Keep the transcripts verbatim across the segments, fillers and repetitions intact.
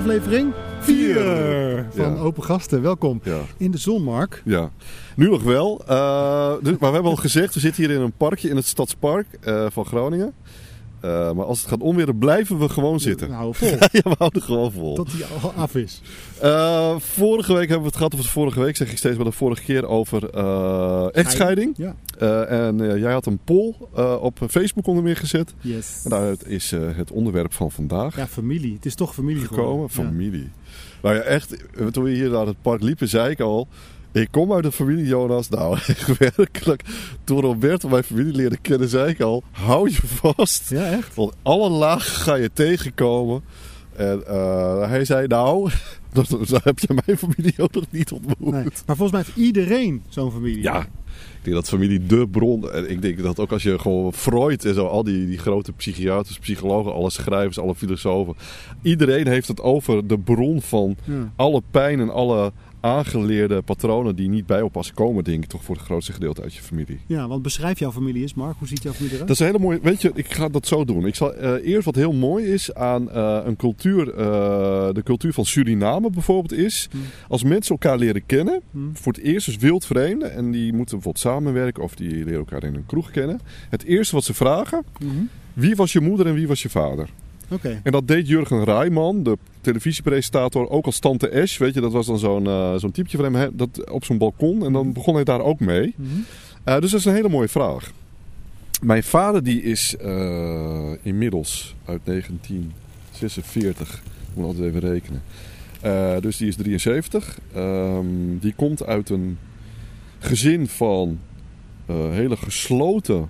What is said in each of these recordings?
aflevering vier van ja. Open Gasten. Welkom Ja. in de zon, Mark. Ja, nu nog wel. Uh, dus, maar we hebben al gezegd, we zitten hier in een parkje in het Stadspark uh, van Groningen. Uh, maar als het gaat onweren, blijven we gewoon zitten. We houden vol. Ja, we houden gewoon vol. Tot die al af is. Uh, vorige week hebben we het gehad, of het vorige week zeg ik steeds wel de vorige keer, over uh, echtscheiding. Ja. Uh, en uh, jij had een poll uh, op Facebook onder meer gezet. Yes. En daaruit is uh, het onderwerp van vandaag. Ja, familie. Het is toch familie gekomen. geworden. Familie. Ja. Nou ja, echt, toen we hier naar het park liepen, zei ik al... Ik kom uit de familie, Jonas. Nou, echt werkelijk. Toen Roberto mijn familie leerde kennen, zei ik al... Hou je vast. Ja, echt? Want alle lagen ga je tegenkomen. En uh, hij zei, nou... Dan heb je mijn familie ook nog niet ontmoet. Nee, maar volgens mij heeft iedereen zo'n familie. Ja, ik denk dat familie de bron... En ik denk dat ook als je gewoon Freud en zo... Al die, die grote psychiaters, psychologen, alle schrijvers, alle filosofen... Iedereen heeft het over de bron van ja. alle pijn en alle... aangeleerde patronen die niet bij oppassen komen, denk ik, toch voor het grootste gedeelte uit je familie. Ja, want beschrijf jouw familie eens, Mark. Hoe ziet jouw familie eruit? Dat is een hele mooie... Weet je, ik ga dat zo doen. Ik zal uh, eerst wat heel mooi is aan uh, een cultuur... Uh, de cultuur van Suriname bijvoorbeeld is... Hmm. Als mensen elkaar leren kennen... Hmm. Voor het eerst dus wildvreemden... en die moeten bijvoorbeeld samenwerken... of die leren elkaar in een kroeg kennen... Het eerste wat ze vragen... Hmm. Wie was je moeder en wie was je vader? Okay. En dat deed Jurgen Rijman, de televisiepresentator, ook als Tante Ash. Weet je, dat was dan zo'n, uh, zo'n typje van hem dat, op zo'n balkon. En dan begon hij daar ook mee. Mm-hmm. Uh, dus dat is een hele mooie vraag. Mijn vader die is uh, inmiddels uit negentien zesenveertig. Ik moet altijd even rekenen. Uh, dus die is drieënzeventig. Um, die komt uit een gezin van uh, hele gesloten...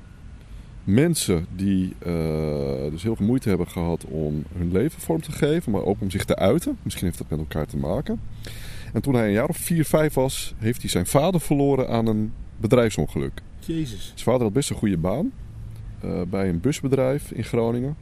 mensen die uh, dus heel veel moeite hebben gehad om hun leven vorm te geven, maar ook om zich te uiten. Misschien heeft dat met elkaar te maken. En toen hij een jaar of vier, vijf was, heeft hij zijn vader verloren aan een bedrijfsongeluk. Jezus. Zijn vader had best een goede baan uh, bij een busbedrijf in Groningen.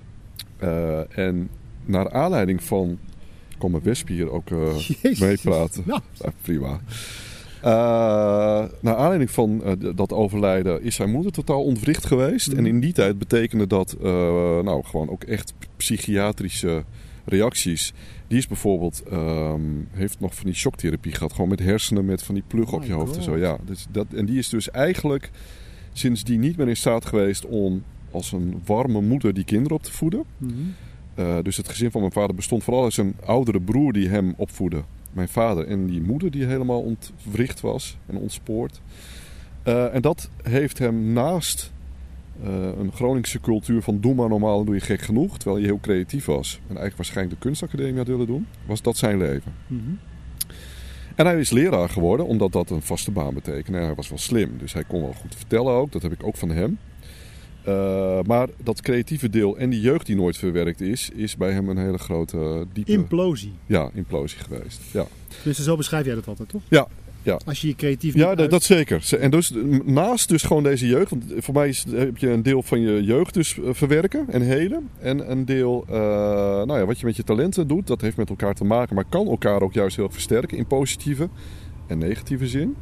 Uh, en naar aanleiding van... Ik kom met Wesp hier ook uh, meepraten. Ja. Ja, prima. Uh, naar aanleiding van uh, dat overlijden is zijn moeder totaal ontwricht geweest. Mm. En in die tijd betekende dat uh, nou, gewoon ook echt psychiatrische reacties. Die is bijvoorbeeld, um, heeft nog van die shocktherapie gehad. Gewoon met hersenen, met van die plug oh op je hoofd God. En zo. Ja, dus dat, en die is dus eigenlijk sindsdien niet meer in staat geweest om als een warme moeder die kinderen op te voeden. Mm-hmm. Uh, dus het gezin van mijn vader bestond vooral uit zijn oudere broer die hem opvoedde. Mijn vader en die moeder die helemaal ontwricht was en ontspoord. Uh, en dat heeft hem naast uh, een Groningse cultuur van doe maar normaal en doe je gek genoeg. Terwijl hij heel creatief was en eigenlijk waarschijnlijk de kunstacademie had willen doen. Was dat zijn leven. Mm-hmm. En hij is leraar geworden omdat dat een vaste baan betekende. En hij was wel slim, dus hij kon wel goed vertellen ook. Dat heb ik ook van hem. Uh, maar dat creatieve deel en die jeugd die nooit verwerkt is, is bij hem een hele grote, uh, diepe... Implosie. Ja, implosie geweest. Ja. Dus zo beschrijf jij dat altijd, toch? Ja. Ja. Als je je creatief Ja, niet dat, dat zeker. En dus naast dus gewoon deze jeugd, want voor mij is, heb je een deel van je jeugd dus uh, verwerken en helen. En een deel, uh, nou ja, wat je met je talenten doet, dat heeft met elkaar te maken, maar kan elkaar ook juist heel erg versterken in positieve en negatieve zin.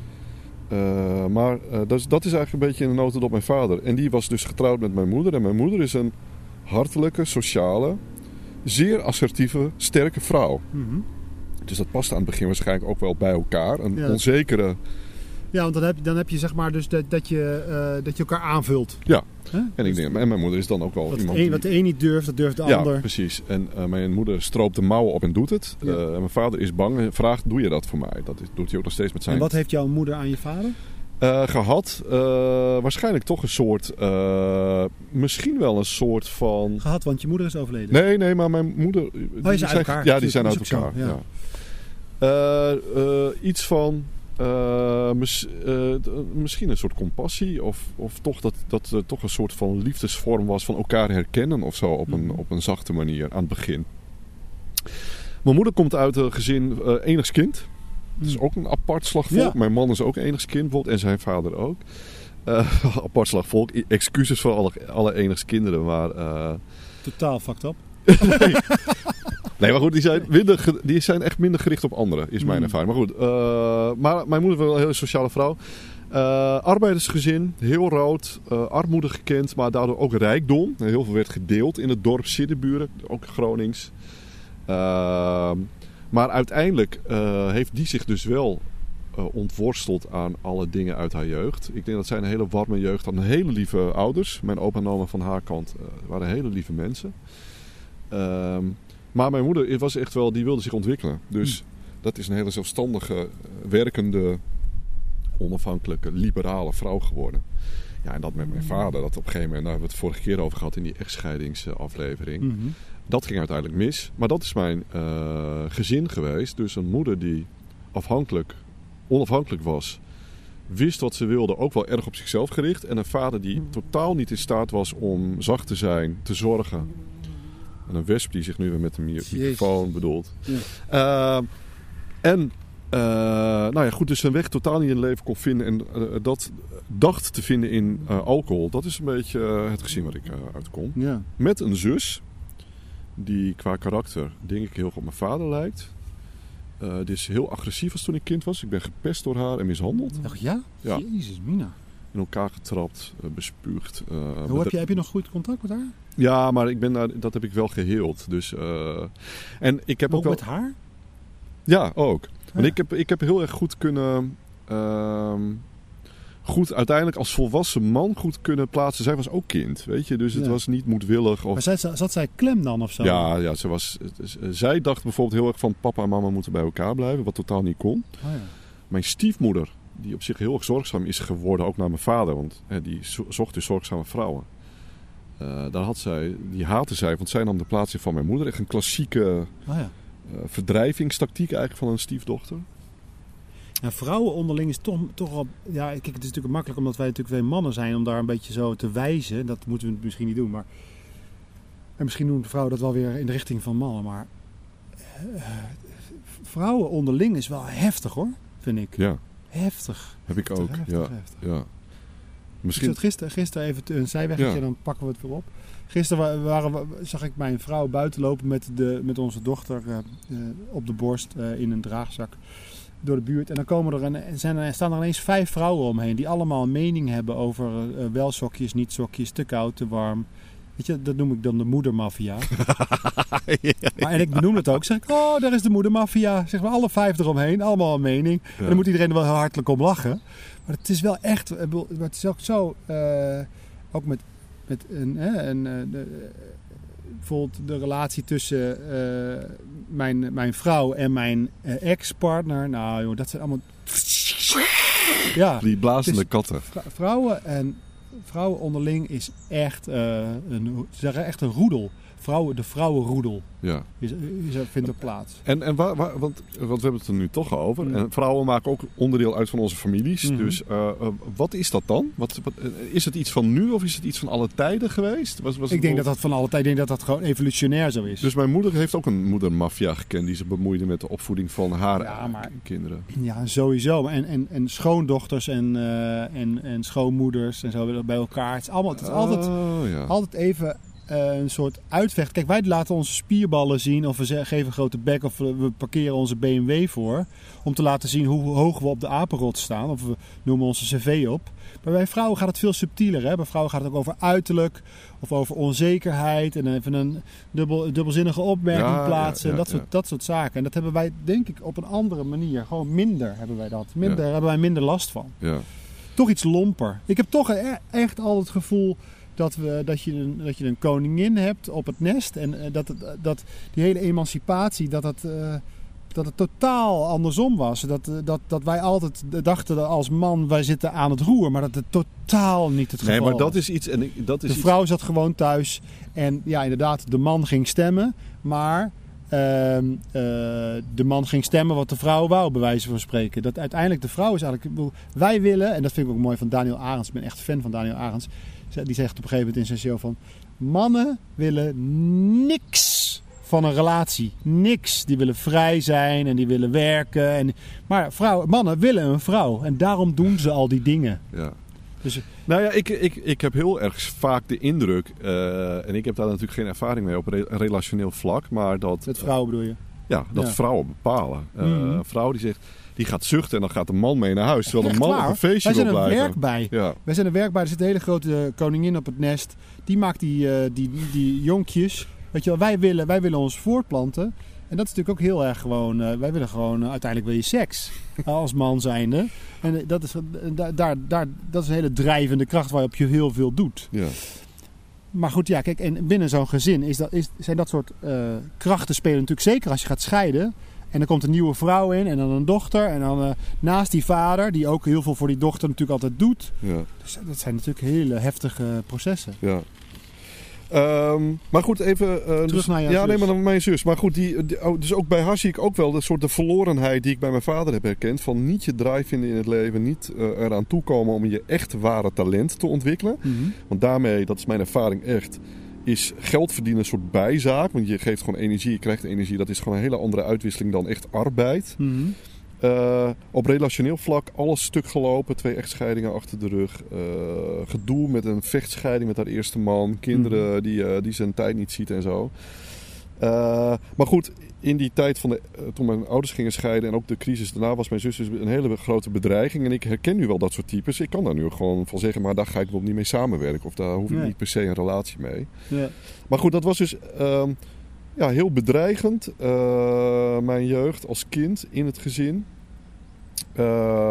Uh, maar uh, dat, is, dat is eigenlijk een beetje in de notendop mijn vader. En die was dus getrouwd met mijn moeder. En mijn moeder is een hartelijke, sociale, zeer assertieve, sterke vrouw. Mm-hmm. Dus dat past aan het begin waarschijnlijk ook wel bij elkaar. Een ja. onzekere... Ja, want dan heb je, dan heb je zeg maar dus dat, dat, je, uh, dat je elkaar aanvult. Ja, huh? en, ik denk, en mijn moeder is dan ook wel wat iemand een, die... Wat de een niet durft, dat durft de ja, ander. Ja, precies. En uh, mijn moeder stroopt de mouwen op en doet het. Ja. Uh, en mijn vader is bang en vraagt, doe je dat voor mij? Dat is, doet hij ook nog steeds met zijn... En wat heeft jouw moeder aan je vader? Uh, gehad. Uh, waarschijnlijk toch een soort... Uh, misschien wel een soort van... Gehad, want je moeder is overleden. Nee, nee, maar mijn moeder... Oh, die zijn uit elkaar. Ja, die zijn uit elkaar. Zo, ja. Ja. Uh, uh, iets van... Uh, mis, uh, misschien een soort compassie. Of, of toch dat dat uh, toch een soort van liefdesvorm was van elkaar herkennen of zo. Op een, mm. op een zachte manier aan het begin. Mijn moeder komt uit een gezin uh, enigskind. Dat is ook een apart slagvolk. Ja. Mijn man is ook enigskind bijvoorbeeld. En zijn vader ook. Uh, apart slagvolk. Excuses voor alle, alle enigskinderen. Maar, uh... totaal fucked up. nee. nee, maar goed. Die zijn, minder, die zijn echt minder gericht op anderen. Is mijn mm. ervaring. Maar goed. Uh, maar mijn moeder was wel een hele sociale vrouw. Uh, arbeidersgezin. Heel rood. Uh, armoede gekend. Maar daardoor ook rijkdom. Heel veel werd gedeeld in het dorp. Siddeburen. Ook Gronings. Uh, maar uiteindelijk uh, heeft die zich dus wel uh, ontworsteld aan alle dingen uit haar jeugd. Ik denk dat zij een hele warme jeugd had. Een hele lieve ouders. Mijn opa en oma van haar kant uh, waren hele lieve mensen. Uh, maar mijn moeder was echt wel, die wilde zich ontwikkelen. Dus hm. dat is een hele zelfstandige, werkende, onafhankelijke, liberale vrouw geworden. Ja, en dat met mijn vader, dat op een gegeven moment, daar hebben we het vorige keer over gehad in die echtscheidingsaflevering. Mm-hmm. Dat ging uiteindelijk mis. Maar dat is mijn uh, gezin geweest. Dus een moeder die afhankelijk, onafhankelijk was, wist wat ze wilde, ook wel erg op zichzelf gericht. En een vader die totaal niet in staat was om zacht te zijn, te zorgen. En een wesp die zich nu weer met een microfoon bedoelt. Ja. Uh, en... Uh, nou ja, goed, dus zijn weg totaal niet in het leven kon vinden en uh, dat dacht te vinden in uh, alcohol. Dat is een beetje uh, het gezin waar ik uh, uit kom. Ja. Met een zus die qua karakter denk ik heel erg op mijn vader lijkt. Uh, die is heel agressief als toen ik kind was. Ik ben gepest door haar en mishandeld. Ach ja? Ja. Jezus, Mina. In elkaar getrapt, uh, bespuugd. Uh, Hoe heb, je, heb je nog goed contact met haar? Ja, maar ik ben daar, dat heb ik wel geheeld. Dus, uh, en ik heb ook, ook wel... met haar? Ja, ook. Want ik heb, ik heb heel erg goed kunnen... Uh, goed uiteindelijk als volwassen man goed kunnen plaatsen. Zij was ook kind, weet je. Dus het ja. was niet moedwillig. Of... Maar zij, zat zij klem dan of zo? Ja, ja ze was, zij dacht bijvoorbeeld heel erg van... papa en mama moeten bij elkaar blijven. Wat totaal niet kon. Oh ja. Mijn stiefmoeder, die op zich heel erg zorgzaam is geworden. Ook naar mijn vader. Want hè, die zocht dus zorgzame vrouwen. Uh, daar had zij, die haatte zij. Want zij nam de plaats in van mijn moeder. Echt een klassieke... Oh ja. Uh, verdrijvingstactiek eigenlijk van een stiefdochter. En vrouwen onderling is toch, toch al... Ja, kijk, het is natuurlijk makkelijk omdat wij natuurlijk twee mannen zijn om daar een beetje zo te wijzen. Dat moeten we misschien niet doen, maar... En misschien doen vrouwen dat wel weer in de richting van mannen, maar... Uh, vrouwen onderling is wel heftig hoor, vind ik. Ja. Heftig. Heb ik heftig, ook, heftig, ja. Heftig. ja. Misschien... Ik zat gisteren, gisteren even een zijweggetje, ja. Dan pakken we het weer op. Gisteren waren we, zag ik mijn vrouw buiten lopen met, de, met onze dochter uh, uh, op de borst uh, in een draagzak door de buurt. En dan komen er een, zijn er, staan er ineens vijf vrouwen omheen die allemaal een mening hebben over uh, wel sokjes, niet sokjes, te koud, te warm. Weet je, dat noem ik dan de moedermafia. ja, maar en ik benoem het ook. Zeg ik, oh, daar is de moedermafia. Zeg maar, alle vijf eromheen, allemaal een mening. Ja. En dan moet iedereen er wel heel hartelijk om lachen. Maar het is wel echt, het is ook zo, uh, ook met, met een, hè, een, een, de, bijvoorbeeld de relatie tussen uh, mijn, mijn vrouw en mijn uh, ex-partner. Nou joh, dat zijn allemaal... Ja, die blazende katten. Vrouwen en... Vrouwen onderling is echt, uh, een, ze zeggen echt een roedel. Vrouwen, de vrouwenroedel ja. is, is, vindt er plaats. En, en waar, waar, want, want we hebben het er nu toch over. Mm. En vrouwen maken ook onderdeel uit van onze families. Mm-hmm. Dus uh, uh, wat is dat dan? Wat, wat, is het iets van nu of is het iets van alle tijden geweest? Was, was ik denk dat dat van alle tijden, ik denk dat dat gewoon evolutionair zo is. Dus mijn moeder heeft ook een moedermafia gekend die zich bemoeide met de opvoeding van haar ja, maar, kinderen. Ja, sowieso. En, en, en schoondochters en, uh, en, en schoonmoeders en zo bij elkaar. Het is, allemaal, het is altijd, oh, ja. altijd even... Uh, een soort uitvecht. Kijk, wij laten onze spierballen zien of we geven een grote bek of we parkeren onze B M W voor om te laten zien hoe hoog we op de apenrot staan of we noemen onze cv op. Maar bij vrouwen gaat het veel subtieler. Hè? Bij vrouwen gaat het ook over uiterlijk of over onzekerheid en even een dubbel, dubbelzinnige opmerking ja, plaatsen. Ja, ja, dat, soort, ja. dat soort zaken. En dat hebben wij denk ik op een andere manier. Gewoon minder hebben wij dat. Minder, ja. hebben wij minder last van. Ja. Toch iets lomper. Ik heb toch echt al het gevoel... Dat, we, dat, je een, dat je een koningin hebt op het nest. En uh, dat, dat die hele emancipatie, dat het, uh, dat het totaal andersom was. Dat, uh, dat, dat wij altijd dachten dat als man, wij zitten aan het roer. Maar dat het totaal niet het geval was. Nee, maar dat is iets... En dat is de vrouw iets... zat gewoon thuis. En ja, inderdaad, de man ging stemmen. Maar uh, uh, de man ging stemmen wat de vrouw wou, bij wijze van spreken. Dat uiteindelijk de vrouw is eigenlijk... Wij willen, en dat vind ik ook mooi van Daniel Arends. Ik ben echt fan van Daniel Arends. Die zegt op een gegeven moment in zijn show van... Mannen willen niks van een relatie. Niks. Die willen vrij zijn en die willen werken. En, maar vrouwen, mannen willen een vrouw. En daarom doen ze al die dingen. Ja. Dus, nou ja, ik, ik, ik heb heel erg vaak de indruk... Uh, en ik heb daar natuurlijk geen ervaring mee op een relationeel vlak. Maar dat... Met vrouwen bedoel je? Ja, dat ja. vrouwen bepalen. Uh, mm-hmm. Een vrouw die zegt... Die gaat zuchten en dan gaat de man mee naar huis. Terwijl de man op een feestje wil blijven. Wij zijn er werk bij. Ja. Wij zijn er werk bij. Er zit een hele grote koningin op het nest. Die maakt die, uh, die, die, die jonkjes. Weet je wel, wij willen, wij willen ons voortplanten. En dat is natuurlijk ook heel erg gewoon... Uh, wij willen gewoon... Uh, uiteindelijk wil je seks. Als man zijnde. En uh, dat, is, uh, daar, daar, daar, dat is een hele drijvende kracht waarop je heel veel doet. Ja. Maar goed, ja, kijk, en binnen zo'n gezin is dat, is, zijn dat soort uh, krachten spelen natuurlijk zeker als je gaat scheiden. En dan komt een nieuwe vrouw in en dan een dochter. En dan uh, naast die vader, die ook heel veel voor die dochter natuurlijk altijd doet. Ja. Dus dat zijn natuurlijk hele heftige processen. Ja. Um, maar goed, even... Uh, Terug dus, naar jouw Ja, zus. nee, maar dan mijn zus. Maar goed, die, die, oh, dus ook bij haar zie ik ook wel de soort de verlorenheid die ik bij mijn vader heb herkend. Van niet je drive vinden in het leven. Niet uh, eraan toekomen om je echt ware talent te ontwikkelen. Mm-hmm. Want daarmee, dat is mijn ervaring echt, is geld verdienen een soort bijzaak. Want je geeft gewoon energie, je krijgt energie. Dat is gewoon een hele andere uitwisseling dan echt arbeid. Mm-hmm. Uh, op relationeel vlak alles stuk gelopen. Twee echtscheidingen achter de rug. Uh, gedoe met een vechtscheiding met haar eerste man. Kinderen Mm-hmm. die, uh, die zijn tijd niet ziet en zo. Uh, maar goed, in die tijd van de, uh, toen mijn ouders gingen scheiden en ook de crisis daarna was mijn zus dus een hele grote bedreiging. En ik herken nu wel dat soort types. Ik kan daar nu gewoon van zeggen, maar daar ga ik nog niet mee samenwerken. Of daar hoef ik Nee. niet per se een relatie mee. Ja. Maar goed, dat was dus uh, ja, heel bedreigend. Uh, mijn jeugd als kind in het gezin. Uh,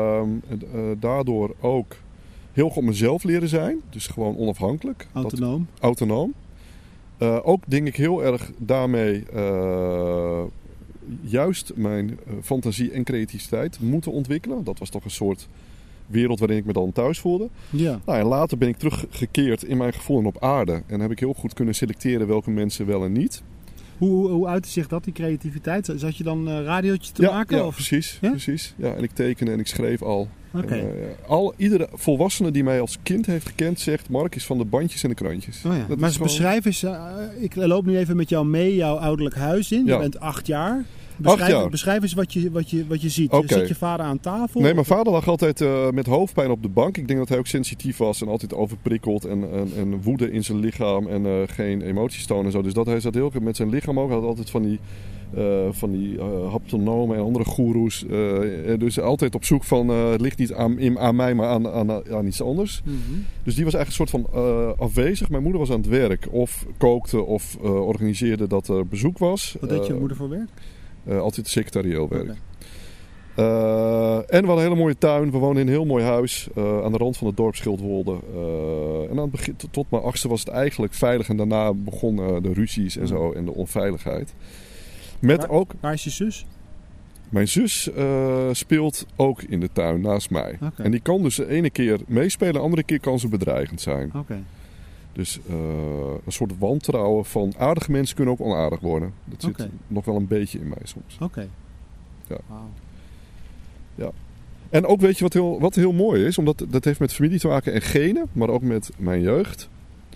uh, daardoor ook heel goed op mezelf leren zijn. Dus gewoon onafhankelijk. Autonoom. Dat, autonoom. Uh, ook denk ik heel erg daarmee uh, juist mijn uh, fantasie en creativiteit moeten ontwikkelen. Dat was toch een soort wereld waarin ik me dan thuis voelde. Ja. Nou, en later ben ik teruggekeerd in mijn gevoel en op aarde. En heb ik heel goed kunnen selecteren welke mensen wel en niet. Hoe, hoe, hoe uitte zich dat, die creativiteit? Zat je dan uh, radiootje te ja, maken? Ja, of? precies, Ja? precies. Ja, en ik tekende en ik schreef al. Oké. Okay. Uh, al iedere volwassene die mij als kind heeft gekend zegt... Mark is van de bandjes en de krantjes. Oh ja. Dat maar is gewoon... beschrijf eens... Uh, ik loop nu even met jou mee jouw ouderlijk huis in. Je ja. bent acht jaar. Beschrijf, acht jaar. beschrijf eens wat je, wat je, wat je ziet. Okay. Zit je vader aan tafel? Nee, mijn vader lag altijd uh, met hoofdpijn op de bank. Ik denk dat hij ook sensitief was en altijd overprikkeld. En, en, en woede in zijn lichaam en uh, geen emoties tonen en zo. Dus dat hij zat heel goed met zijn lichaam ook. Hij had altijd van die... Uh, van die uh, haptonomen en andere goeroes. Uh, dus altijd op zoek van... Uh, het ligt niet aan, in, aan mij, maar aan, aan, aan iets anders. Mm-hmm. Dus die was eigenlijk een soort van uh, afwezig. Mijn moeder was aan het werk. Of kookte of uh, organiseerde dat er bezoek was. Wat deed je uh, moeder voor werk? Uh, altijd secretarieel werk. Okay. Uh, en we hadden een hele mooie tuin. We woonden in een heel mooi huis. Uh, aan de rand van het dorp Schildwolde. Uh, en aan het begin, tot, tot mijn achtste was het eigenlijk veilig. En daarna begonnen uh, de ruzies en zo. En de onveiligheid. Met waar, ook... waar is je zus? Mijn zus uh, speelt ook in de tuin naast mij. Okay. En die kan dus de ene keer meespelen. De andere keer kan ze bedreigend zijn. Okay. Dus uh, een soort wantrouwen van aardige mensen kunnen ook onaardig worden. Dat zit okay. nog wel een beetje in mij soms. Oké. Okay. Ja. Wow. Ja. En ook weet je wat heel, wat heel mooi is? Omdat dat heeft met familie te maken en genen. Maar ook met mijn jeugd.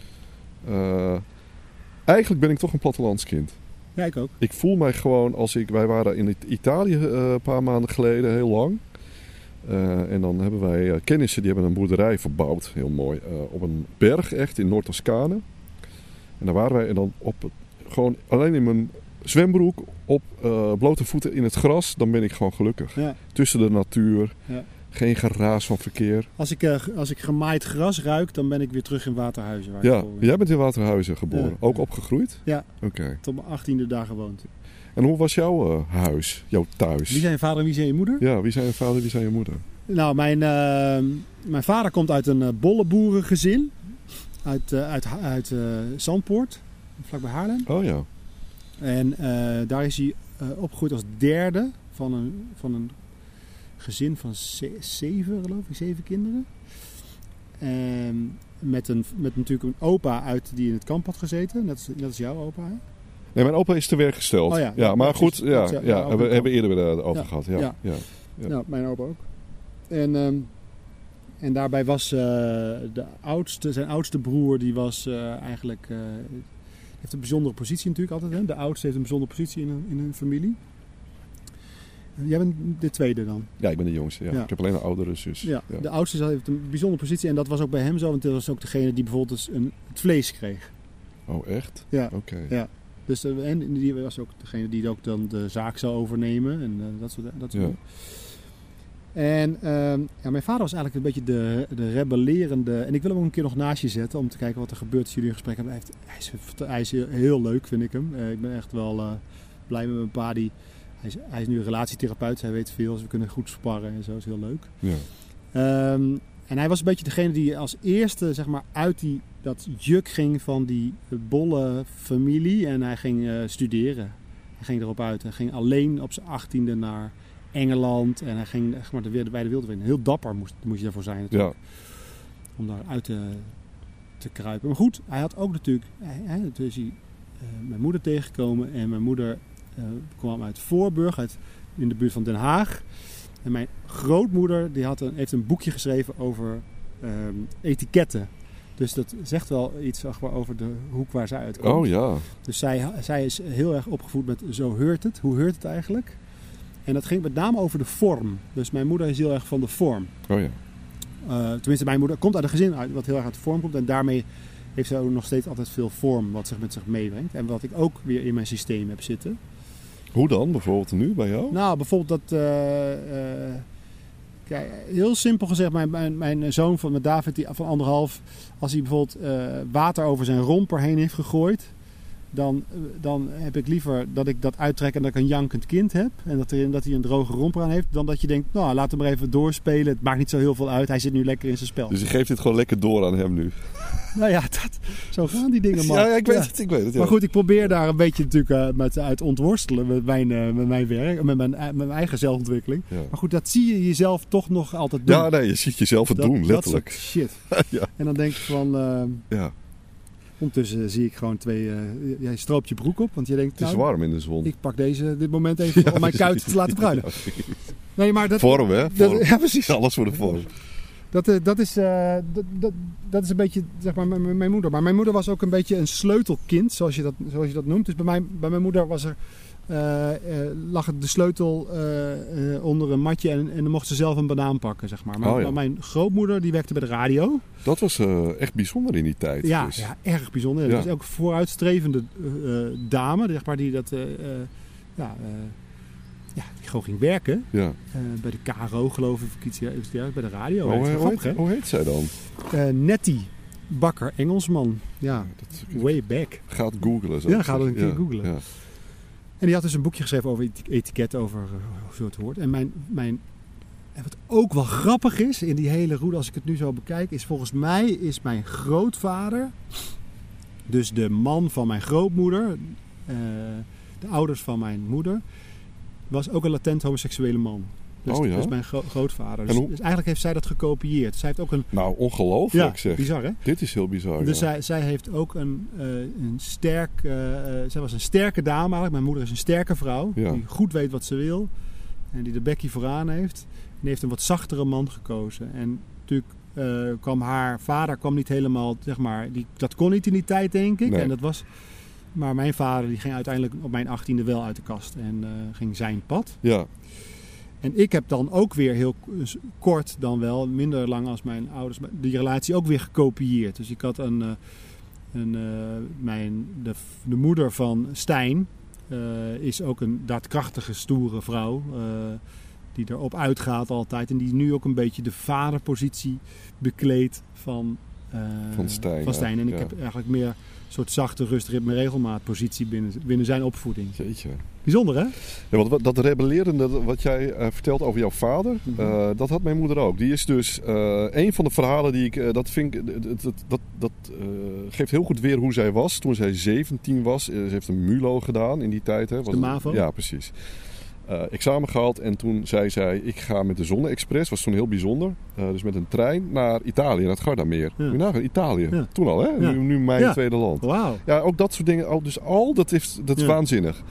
Uh, eigenlijk ben ik toch een plattelandskind. Ja, ik ook. Ik voel mij gewoon als ik... Wij waren in Italië uh, een paar maanden geleden, heel lang. Uh, en dan hebben wij uh, kennissen, die hebben een boerderij verbouwd. Heel mooi. Uh, op een berg echt, in Noord-Toscane. En daar waren wij en dan op... Gewoon alleen in mijn zwembroek, op uh, blote voeten in het gras. Dan ben ik gewoon gelukkig. Ja. Tussen de natuur. Ja. Geen geraas van verkeer. Als ik, uh, als ik gemaaid gras ruik, dan ben ik weer terug in Waterhuizen. Waar ja, ik jij bent in Waterhuizen geboren. Ja. Ook opgegroeid? Ja, oké. Okay. Tot mijn achttiende daar gewoond. En hoe was jouw uh, huis, jouw thuis? Wie zijn je vader en wie zijn je moeder? Ja, wie zijn je vader en wie zijn je moeder? Nou, mijn, uh, mijn vader komt uit een uh, bolleboerengezin. Uit, uh, uit, uit uh, Zandpoort, vlakbij Haarlem. Oh ja. En uh, daar is hij uh, opgegroeid als derde van een, van een gezin van ze- zeven, geloof ik, zeven kinderen. En met, een, met natuurlijk een opa uit die in het kamp had gezeten. Net als, net als jouw opa, hè? Nee, mijn opa is te werk gesteld. Oh ja, ja, maar ja, goed, precies. ja, Dat is, ja, ja, ja, hebben we hebben eerder weer over ja, gehad. Ja, ja. Ja, ja. Nou, mijn opa ook. En, um, en daarbij was uh, de oudste, zijn oudste broer, die was uh, eigenlijk... Uh, heeft een bijzondere positie natuurlijk altijd. Hè? De oudste heeft een bijzondere positie in een, in een familie. Jij bent de tweede dan? Ja, ik ben de jongste. Ja. Ja. Ik heb alleen een oudere zus. Ja, Ja. de oudste heeft een bijzondere positie en dat was ook bij hem zo. Want dat was ook degene die bijvoorbeeld een, het vlees kreeg. Oh, echt? Ja. Oké. Okay. Ja. Dus uh, en die was ook degene die ook dan de zaak zou overnemen en uh, dat soort dat soort. Ja. En uh, ja, mijn vader was eigenlijk een beetje de, de rebellerende. En ik wil hem ook een keer nog naast je zetten om te kijken wat er gebeurt als jullie een gesprek hebben. Hij, heeft, hij, is, hij is heel leuk, vind ik hem. Uh, ik ben echt wel uh, blij met mijn pa. Die, hij, is, hij is nu een relatietherapeut. Hij weet veel. Dus we kunnen goed sparren en zo. Dat is heel leuk. Ja. Um, en hij was een beetje degene die als eerste zeg maar, uit die, dat juk ging van die bolle familie. En hij ging uh, studeren. Hij ging erop uit. Hij ging alleen op zijn achttiende naar Engeland. En hij ging zeg maar, de, de wijde wereld in. Heel dapper moest, moest je daarvoor zijn natuurlijk. Ja. Om daar uit te, te kruipen. Maar goed, hij had ook natuurlijk... Hij, hij, toen is hij uh, mijn moeder tegengekomen. En mijn moeder uh, kwam uit Voorburg, uit, in de buurt van Den Haag. En mijn grootmoeder die had een, heeft een boekje geschreven over um, etiketten. Dus dat zegt wel iets zeg maar, over de hoek waar zij uitkomt. Oh ja. Dus zij, zij is heel erg opgevoed met zo heurt het. Hoe heurt het eigenlijk? En dat ging met name over de vorm. Dus mijn moeder is heel erg van de vorm. Oh ja. Uh, tenminste, mijn moeder komt uit een gezin uit, wat heel erg uit de vorm komt. En daarmee heeft ze ook nog steeds altijd veel vorm wat zich met zich meebrengt. En wat ik ook weer in mijn systeem heb zitten. Hoe dan? Bijvoorbeeld nu bij jou? Nou, bijvoorbeeld dat... Uh, uh, kijk, heel simpel gezegd, mijn, mijn, mijn zoon van met David die, van anderhalf... Als hij bijvoorbeeld uh, water over zijn romper heen heeft gegooid... Dan, dan heb ik liever dat ik dat uittrek en dat ik een jankend kind heb. En dat, er, dat hij een droge romper aan heeft. Dan dat je denkt, nou laat hem maar even doorspelen. Het maakt niet zo heel veel uit. Hij zit nu lekker in zijn spel. Dus je geeft dit gewoon lekker door aan hem nu? Nou ja, dat, zo gaan die dingen man. Ja, ja, ik weet ja. het. Ik weet het ja. Maar goed, ik probeer daar een beetje natuurlijk uh, met, uit ontworstelen met mijn, uh, met mijn werk. Met mijn, met mijn eigen zelfontwikkeling. Ja. Maar goed, dat zie je jezelf toch nog altijd doen. Ja, nee, je ziet jezelf het dat, doen, letterlijk. Dat shit. Ja. En dan denk ik van... Uh, ja. Ondertussen zie ik gewoon twee... Uh, jij stroopt je broek op, want je denkt... Het is nou, warm in de zon. Ik pak deze, dit moment even ja, om mijn kuit te laten bruinen. Ja, nee, maar dat, vorm, hè? Vorm. Dat, ja, precies. Alles voor de vorm. Dat, dat, is, uh, dat, dat, dat is een beetje, zeg maar, mijn, mijn moeder. Maar mijn moeder was ook een beetje een sleutelkind, zoals je dat, zoals je dat noemt. Dus bij, mij, bij mijn moeder was er... Uh, uh, lag de sleutel uh, uh, onder een matje en, en dan mocht ze zelf een banaan pakken, zeg maar. Maar, oh, ja. maar mijn grootmoeder die werkte bij de radio. Dat was uh, echt bijzonder in die tijd. Ja, dus. ja erg bijzonder. Ja. Dat was ook een vooruitstrevende uh, dame, zeg maar, die dat uh, uh, ja, uh, ja, die gewoon ging werken. Ja. Uh, bij de K R O geloof ik, of iets, ja, bij de radio. Oh, hoe, grappig, heet, hoe heet zij dan? Uh, Nettie Bakker, Engelsman. Ja, dat is, way back. Gaat googlen. Zo ja, ga dat een keer ja, googlen. Ja. En die had dus een boekje geschreven over etiketten, over uh, hoe zo het hoort. En mijn, mijn, en wat ook wel grappig is in die hele route, als ik het nu zo bekijk, is volgens mij is mijn grootvader, dus de man van mijn grootmoeder, uh, de ouders van mijn moeder, was ook een latent homoseksuele man. Dus, oh ja? dus mijn gro- grootvader. Dus, hoe... dus eigenlijk heeft zij dat gekopieerd. Zij heeft ook een... Nou, ongelooflijk ja, zeg. Bizar, hè? Dit is heel bizar. Dus ja. zij, zij heeft ook een, uh, een sterk... Uh, zij was een sterke dame eigenlijk. Mijn moeder is een sterke vrouw. Ja. Die goed weet wat ze wil. En die de bekkie vooraan heeft. En die heeft een wat zachtere man gekozen. En natuurlijk uh, kwam haar vader kwam niet helemaal... Zeg maar, die, dat kon niet in die tijd, denk ik. Nee. En dat was... Maar mijn vader die ging uiteindelijk op mijn achttiende wel uit de kast. En uh, ging zijn pad. Ja. En ik heb dan ook weer heel kort dan wel, minder lang als mijn ouders, die relatie ook weer gekopieerd. Dus ik had een, een, uh, mijn, de, de moeder van Stijn uh, is ook een daadkrachtige, stoere vrouw. Uh, die erop uitgaat altijd. En die nu ook een beetje de vaderpositie bekleedt van, uh, van Stijn. Van Stijn. En ik ja. heb eigenlijk meer een soort zachte, rust, ritme, regelmaat positie binnen, binnen zijn opvoeding. Jeetje. Bijzonder, hè? Ja, wat, dat rebellerende wat jij uh, vertelt over jouw vader, mm-hmm. uh, dat had mijn moeder ook. Die is dus uh, een van de verhalen die ik, uh, dat vind ik, dat, dat, dat, dat uh, geeft heel goed weer hoe zij was toen zij zeventien was. Uh, ze heeft een MULO gedaan in die tijd. Hè. Was de MAVO? Het, ja, precies. Uh, examen gehaald en toen zei zij, ik ga met de Zonne-Express, was toen heel bijzonder. Uh, dus met een trein naar Italië, naar het Gardameer. Ja. Moet je nagaan, Italië. Ja. Toen al, hè? Ja. Nu, nu mijn ja. tweede land. Wauw. Ja, ook dat soort dingen. Dus al, dat, heeft, dat is ja. waanzinnig.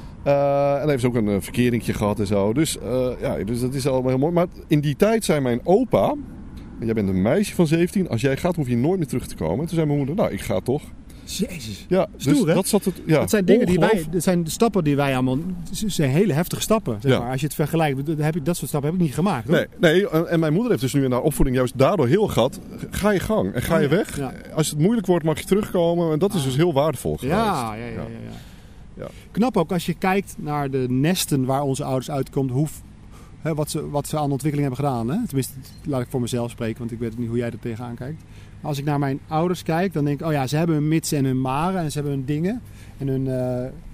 Uh, en hij heeft ook een uh, verkeringje gehad en zo. Dus, uh, ja, dus dat is allemaal heel mooi. Maar in die tijd zei mijn opa, en jij bent een meisje van zeventien, als jij gaat hoef je nooit meer terug te komen. En toen zei mijn moeder, nou, ik ga toch. Jezus. Ja, stoer, dus hè? dat zat het. Ja, dat zijn dingen die wij, dat zijn de stappen die wij allemaal, dat zijn hele heftige stappen. Zeg maar. Ja. Als je het vergelijkt, heb ik dat soort stappen heb ik niet gemaakt. Hoor. Nee, nee, en mijn moeder heeft dus nu in haar opvoeding juist daardoor heel gehad. Ga je gang en ga je weg. Ja. Als het moeilijk wordt, mag je terugkomen. En dat is dus heel waardevol geweest. Ja, ja, ja. ja, ja. ja. Knap ook als je kijkt naar de nesten waar onze ouders uitkomen, hoe, hè, wat, ze, wat ze aan ontwikkeling hebben gedaan. Hè? Tenminste, laat ik voor mezelf spreken, want ik weet niet hoe jij er tegenaan kijkt. Als ik naar mijn ouders kijk, dan denk ik, oh ja, ze hebben hun mits en hun maren en ze hebben hun dingen. En hun, uh,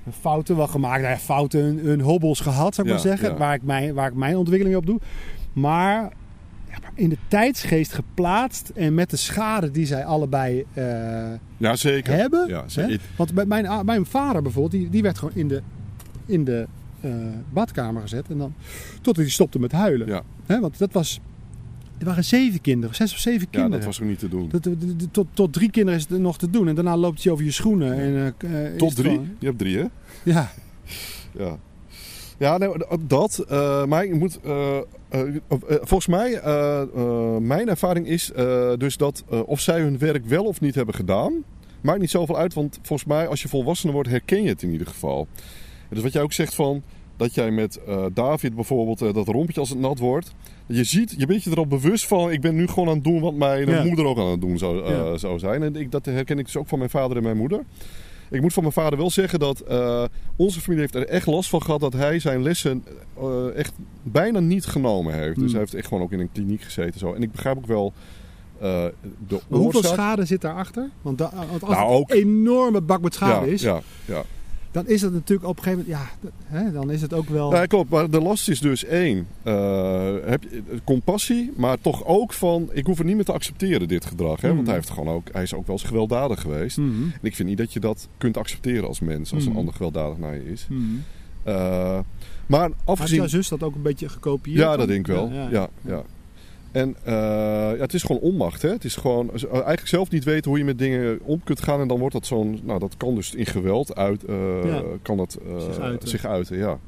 fouten wel gemaakt. Nou ja, fouten, hun, hun hobbels gehad, zou ik Ja, maar zeggen. ja. Waar, ik mijn, waar ik mijn ontwikkeling op doe. Maar, ja, maar in de tijdsgeest geplaatst. En met de schade die zij allebei uh, ja, zeker. hebben. Ja, Hè? zeker. Want bij mijn, mijn vader bijvoorbeeld, die, die werd gewoon in de, in de uh, badkamer gezet. En dan, totdat hij stopte met huilen. Ja. Hè? Want dat was... Er waren zeven kinderen, zes of zeven kinderen. Ja, dat was ook niet te doen. Dat, dat, dat, tot, tot drie kinderen is het nog te doen. En daarna loopt je over je schoenen. En, uh, uh, Tot is drie? Gewoon... Je hebt drie, hè? Ja. Ja. Ja, nee, dat. Uh, maar ik moet... Uh, uh, uh, volgens mij, uh, uh, mijn ervaring is uh, dus dat uh, of zij hun werk wel of niet hebben gedaan, maakt niet zoveel uit. Want volgens mij, als je volwassener wordt, herken je het in ieder geval. Dus wat jij ook zegt van... Dat jij met uh, David bijvoorbeeld, uh, dat rompetje als het nat wordt. Je ziet, je bent je er al bewust van. Ik ben nu gewoon aan het doen wat mijn ja. moeder ook aan het doen zou, uh, ja. zou zijn. En ik, dat herken ik dus ook van mijn vader en mijn moeder. Ik moet van mijn vader wel zeggen dat uh, onze familie heeft er echt last van gehad. Dat hij zijn lessen uh, echt bijna niet genomen heeft. Mm. Dus hij heeft echt gewoon ook in een kliniek gezeten. Zo. En ik begrijp ook wel uh, de oorzaak. Hoeveel schade zit daarachter? Want, da, want als nou, het ook, een enorme bak met schade ja, is... Ja, ja. Dan is het natuurlijk op een gegeven moment, ja, hè, dan is het ook wel... Ja, klopt. Maar de last is dus één, uh, heb je, compassie, maar toch ook van, ik hoef het niet meer te accepteren, dit gedrag. Hè? Mm. Want hij, heeft gewoon ook, hij is ook wel eens gewelddadig geweest. Mm. En ik vind niet dat je dat kunt accepteren als mens, als mm. een ander gewelddadig naar je is. Mm. Uh, maar afgezien... Heeft jouw zus dat ook een beetje gekopieerd? Ja, dat denk ik wel. Ja, ja. ja, ja. En uh, ja, het is gewoon onmacht. Hè? Het is gewoon eigenlijk zelf niet weten hoe je met dingen om kunt gaan. En dan wordt dat zo'n... Nou, dat kan dus in geweld uit... Uh, ja. Kan dat uh, zich uiten. Zich uiten ja.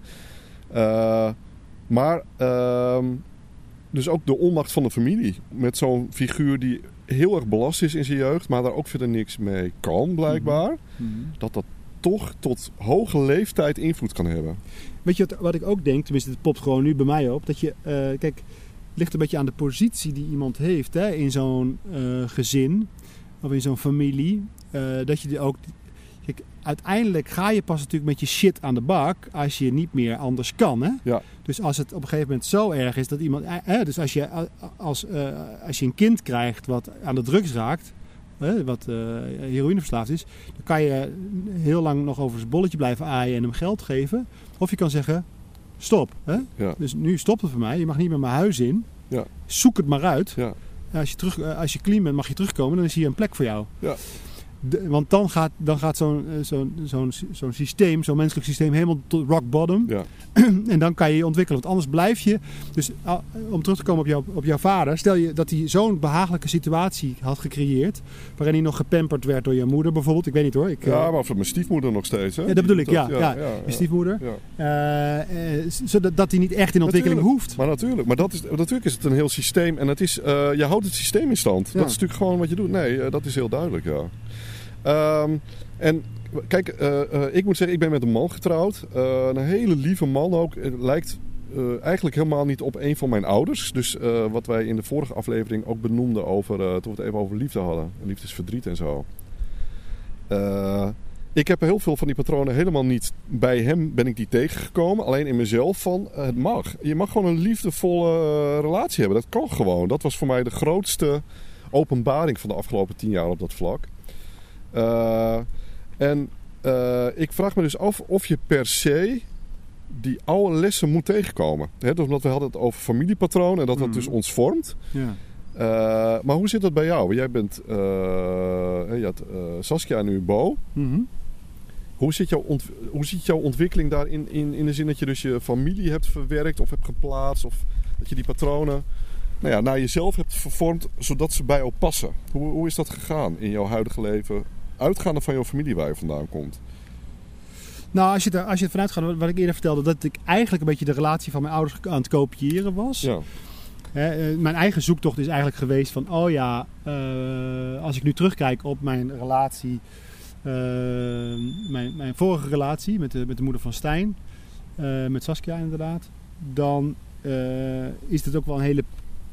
Uh, maar... Uh, dus ook de onmacht van de familie. Met zo'n figuur die heel erg belast is in zijn jeugd. Maar daar ook verder niks mee kan, blijkbaar. Mm-hmm. Dat dat toch tot hoge leeftijd invloed kan hebben. Weet je wat, wat ik ook denk? Tenminste, het popt gewoon nu bij mij op. Dat je... Uh, kijk... ligt een beetje aan de positie die iemand heeft, hè, in zo'n uh, gezin of in zo'n familie. Uh, dat je die ook... Kijk, uiteindelijk ga je pas natuurlijk met je shit aan de bak als je niet meer anders kan. Hè? Ja. Dus als het op een gegeven moment zo erg is dat iemand... Eh, dus als je, als, uh, als je een kind krijgt wat aan de drugs raakt, hè, wat uh, heroïneverslaafd is, dan kan je heel lang nog over zijn bolletje blijven aaien en hem geld geven. Of je kan zeggen... Stop. Hè? Ja. Dus nu stopt het voor mij. Je mag niet meer mijn huis in. Ja. Zoek het maar uit. Ja. Als je, terug, als je clean bent, mag je terugkomen. Dan is hier een plek voor jou. Ja. De, want dan gaat, dan gaat zo'n, zo'n, zo'n, zo'n systeem, zo'n menselijk systeem helemaal tot rock bottom. Ja. En dan kan je je ontwikkelen. Want anders blijf je... Dus om terug te komen op, jou, op jouw vader. Stel je dat hij zo'n behagelijke situatie had gecreëerd. Waarin hij nog gepamperd werd door je moeder bijvoorbeeld. Ik weet niet hoor. Ik, ja, maar voor mijn stiefmoeder nog steeds. Hè? Ja, dat bedoel ik. Dat, ja, ja, ja, ja, ja, je stiefmoeder. Ja. Uh, uh, zodat dat hij niet echt in ontwikkeling natuurlijk, hoeft. Maar natuurlijk. Maar dat is, natuurlijk is het een heel systeem. En het is, uh, je houdt het systeem in stand. Ja. Dat is natuurlijk gewoon wat je doet. Nee, uh, dat is heel duidelijk. Ja. Um, en kijk, uh, uh, ik moet zeggen, ik ben met een man getrouwd. Uh, een hele lieve man ook. Het lijkt uh, eigenlijk helemaal niet op een van mijn ouders. Dus uh, wat wij in de vorige aflevering ook benoemden over, uh, toen we het even over liefde hadden. Liefdesverdriet en zo. Uh, ik heb heel veel van die patronen helemaal niet... Bij hem ben ik die tegengekomen. Alleen in mezelf van, uh, het mag. Je mag gewoon een liefdevolle uh, relatie hebben. Dat kan gewoon. Dat was voor mij de grootste openbaring van de afgelopen tien jaar op dat vlak. Uh, en uh, ik vraag me dus af of je per se die oude lessen moet tegenkomen. He, dus omdat we hadden het over familiepatroon en dat dat mm. dus ons vormt. Ja. Uh, maar hoe zit dat bij jou? Jij bent uh, je had, uh, Saskia en nu Bo. Mm-hmm. Hoe zit jouw, ont- hoe zit jouw ontwikkeling daarin in, in de zin dat je dus je familie hebt verwerkt of hebt geplaatst of dat je die patronen nou ja, naar jezelf hebt vervormd zodat ze bij jou passen? Hoe, hoe is dat gegaan in jouw huidige leven? Uitgaande van jouw familie waar je vandaan komt. Nou, als je, er, als je ervan uitgaat, wat ik eerder vertelde, dat ik eigenlijk een beetje de relatie van mijn ouders aan het kopiëren was. Ja. He, mijn eigen zoektocht is eigenlijk geweest van, oh ja, uh, als ik nu terugkijk op mijn relatie, uh, mijn, mijn vorige relatie met de, met de moeder van Stijn, uh, met Saskia inderdaad, dan uh, is het ook wel een hele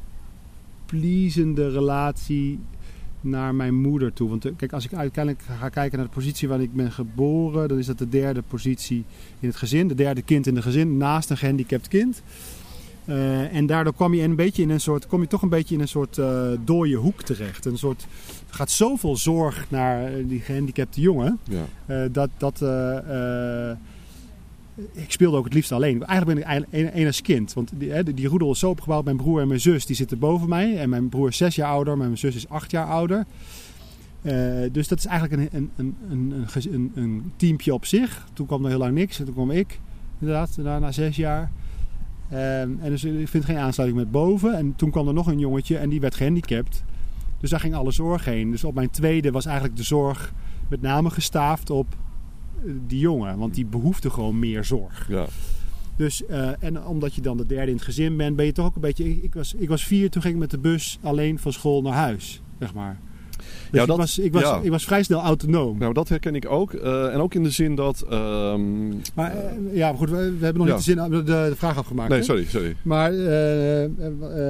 pleasende relatie naar mijn moeder toe. Want kijk, als ik uiteindelijk ga kijken naar de positie waarin ik ben geboren, dan is dat de derde positie in het gezin. De derde kind in het gezin, naast een gehandicapt kind. Uh, en daardoor kwam je een beetje in een soort, kom je toch een beetje in een soort uh, dode hoek terecht. Een soort, er gaat zoveel zorg naar die gehandicapte jongen. Ja. Uh, dat, dat uh, uh, ik speelde ook het liefst alleen. Eigenlijk ben ik een, een als kind. Want die, hè, die roedel is zo opgebouwd. Mijn broer en mijn zus die zitten boven mij. En mijn broer is zes jaar ouder. Mijn zus is acht jaar ouder. Uh, dus dat is eigenlijk een, een, een, een, een, een teampje op zich. Toen kwam er heel lang niks. En toen kwam ik inderdaad na, na zes jaar. Um, en dus ik vind geen aansluiting met boven. En toen kwam er nog een jongetje en die werd gehandicapt. Dus daar ging alle zorg heen. Dus op mijn tweede was eigenlijk de zorg met name gestaafd op die jongen. Want die behoefde gewoon meer zorg. Ja. Dus, uh, en omdat je dan de derde in het gezin bent, ben je toch ook een beetje... Ik, ik, was, ik was vier, toen ging ik met de bus alleen van school naar huis, zeg maar. Dus ja, dat, ik, was, ik, was, ja. ik was vrij snel autonoom. Nou, dat herken ik ook. Uh, en ook in de zin dat... Um, maar, uh, ja, maar goed, we, we hebben nog ja. niet de, zin, de, de vraag afgemaakt. Nee, hè? sorry, sorry. Maar, uh, uh,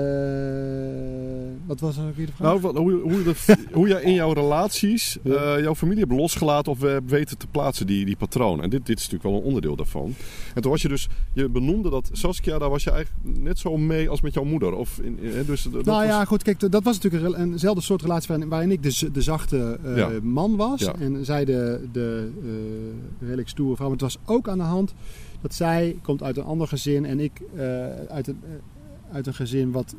uh, wat was er weer de vraag? Nou, wat, hoe, hoe, de, hoe jij in jouw relaties uh, jouw familie hebt losgelaten of hebt weten te plaatsen, die, die patroon. En dit, dit is natuurlijk wel een onderdeel daarvan. En toen was je dus... Je benoemde dat Saskia, daar was je eigenlijk net zo mee als met jouw moeder. Of in, dus, dat nou was... ja, goed, kijk, dat was natuurlijk een, eenzelfde soort relatie waarin, waarin ik de, de zachte uh, ja. man was. Ja. En zij de, de uh, redelijk stoere vrouw. Maar het was ook aan de hand dat zij komt uit een ander gezin en ik uh, uit, een, uh, uit een gezin wat...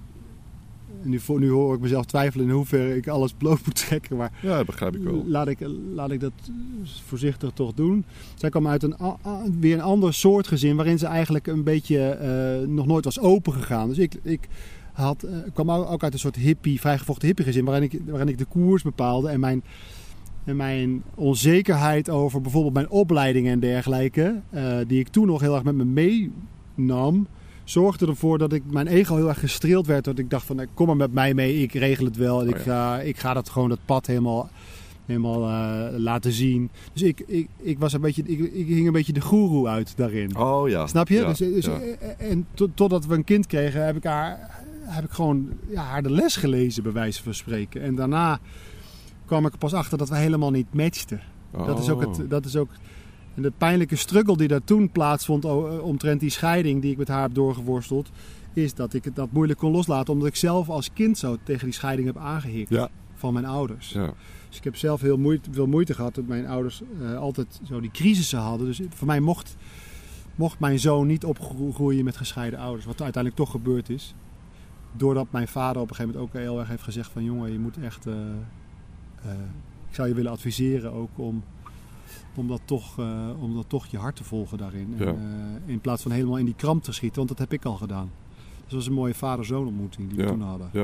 Nu, nu hoor ik mezelf twijfelen in hoeverre ik alles bloot moet trekken. Maar ja, dat begrijp ik wel. Laat ik, laat ik dat voorzichtig toch doen. Zij kwam uit een, weer een ander soort gezin waarin ze eigenlijk een beetje uh, nog nooit was open gegaan. Dus ik... ik Had, uh, kwam ook uit een soort hippie, vrijgevochten hippie gezin waarin ik, waarin ik de koers bepaalde en mijn, en mijn onzekerheid over bijvoorbeeld mijn opleidingen en dergelijke, uh, die ik toen nog heel erg met me meenam, zorgde ervoor dat ik mijn ego heel erg gestreeld werd. Dat ik dacht van, kom maar met mij mee, ik regel het wel en oh, ik, ga, ja. ik ga dat gewoon dat pad helemaal, helemaal uh, laten zien. Dus ik, ik, ik was een beetje, ik, ik hing een beetje de goeroe uit daarin. Oh ja. Snap je? Ja, dus, dus, ja. En to, totdat we een kind kregen, heb ik haar... heb ik gewoon ja, haar de les gelezen, bij wijze van spreken. En daarna kwam ik er pas achter dat we helemaal niet matchten. Oh. Dat is ook het, dat is ook en de pijnlijke struggle die daar toen plaatsvond omtrent die scheiding die ik met haar heb doorgeworsteld, is dat ik het dat moeilijk kon loslaten, omdat ik zelf als kind zo tegen die scheiding heb aangehikt ja. van mijn ouders. Ja. Dus ik heb zelf heel moeite, veel moeite gehad dat mijn ouders uh, altijd zo die crisissen hadden. Dus voor mij mocht, mocht mijn zoon niet opgroeien met gescheiden ouders, wat uiteindelijk toch gebeurd is. Doordat mijn vader op een gegeven moment ook heel erg heeft gezegd van jongen, je moet echt... Uh, uh, ik zou je willen adviseren ook om, om, dat toch, uh, om dat toch je hart te volgen daarin. Ja. En, uh, in plaats van helemaal in die kramp te schieten, want dat heb ik al gedaan. Dus dat was een mooie vader-zoon ontmoeting die we ja. toen hadden. Ja.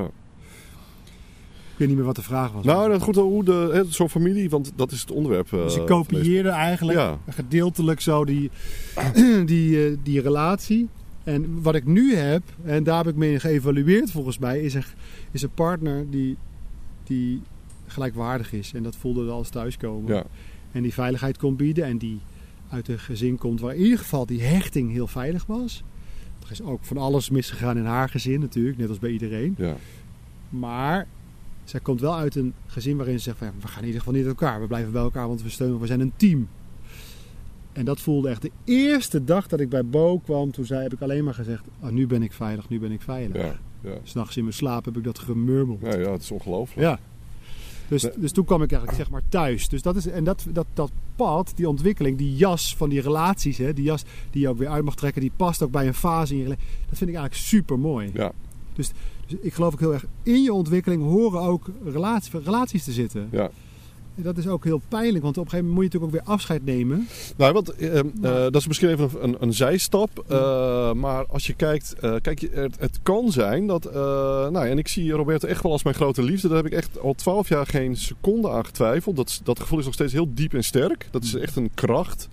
Ik weet niet meer wat de vraag was. Nou, dat goed, hoe de, zo'n familie, want dat is het onderwerp. Uh, dus ik kopieerde eigenlijk ja. gedeeltelijk zo die, die, uh, die relatie. En wat ik nu heb, en daar heb ik mee geëvalueerd volgens mij, is een, is een partner die, die gelijkwaardig is. En dat voelde we als thuiskomen. Ja. En die veiligheid kon bieden en die uit een gezin komt waar in ieder geval die hechting heel veilig was. Er is ook van alles misgegaan in haar gezin natuurlijk, net als bij iedereen. Ja. Maar zij komt wel uit een gezin waarin ze zegt van, ja, we gaan in ieder geval niet uit elkaar. We blijven bij elkaar, want we steunen, we zijn een team. En dat voelde echt de eerste dag dat ik bij Bo kwam. Toen zei, heb ik alleen maar gezegd, oh, nu ben ik veilig, nu ben ik veilig. Ja, ja. 'S Nachts in mijn slaap heb ik dat gemurmeld. Ja, ja, het is ongelooflijk. Ja. Dus, nee. dus toen kwam ik eigenlijk zeg maar thuis. Dus dat is, en dat, dat, dat pad, die ontwikkeling, die jas van die relaties, hè, die jas die je ook weer uit mag trekken, die past ook bij een fase in je leven. Dat vind ik eigenlijk super mooi. Ja. Dus, dus ik geloof ook heel erg, in je ontwikkeling horen ook relaties, relaties te zitten. Ja. Dat is ook heel pijnlijk, want op een gegeven moment moet je natuurlijk ook weer afscheid nemen. Nou, want uh, uh, dat is misschien even een, een, een zijstap. Uh, maar als je kijkt, uh, kijk, het, het kan zijn dat... Uh, nou, en ik zie Roberto echt wel als mijn grote liefde. Daar heb ik echt al twaalf jaar geen seconde aan getwijfeld. Dat, dat gevoel is nog steeds heel diep en sterk. Dat is echt een kracht.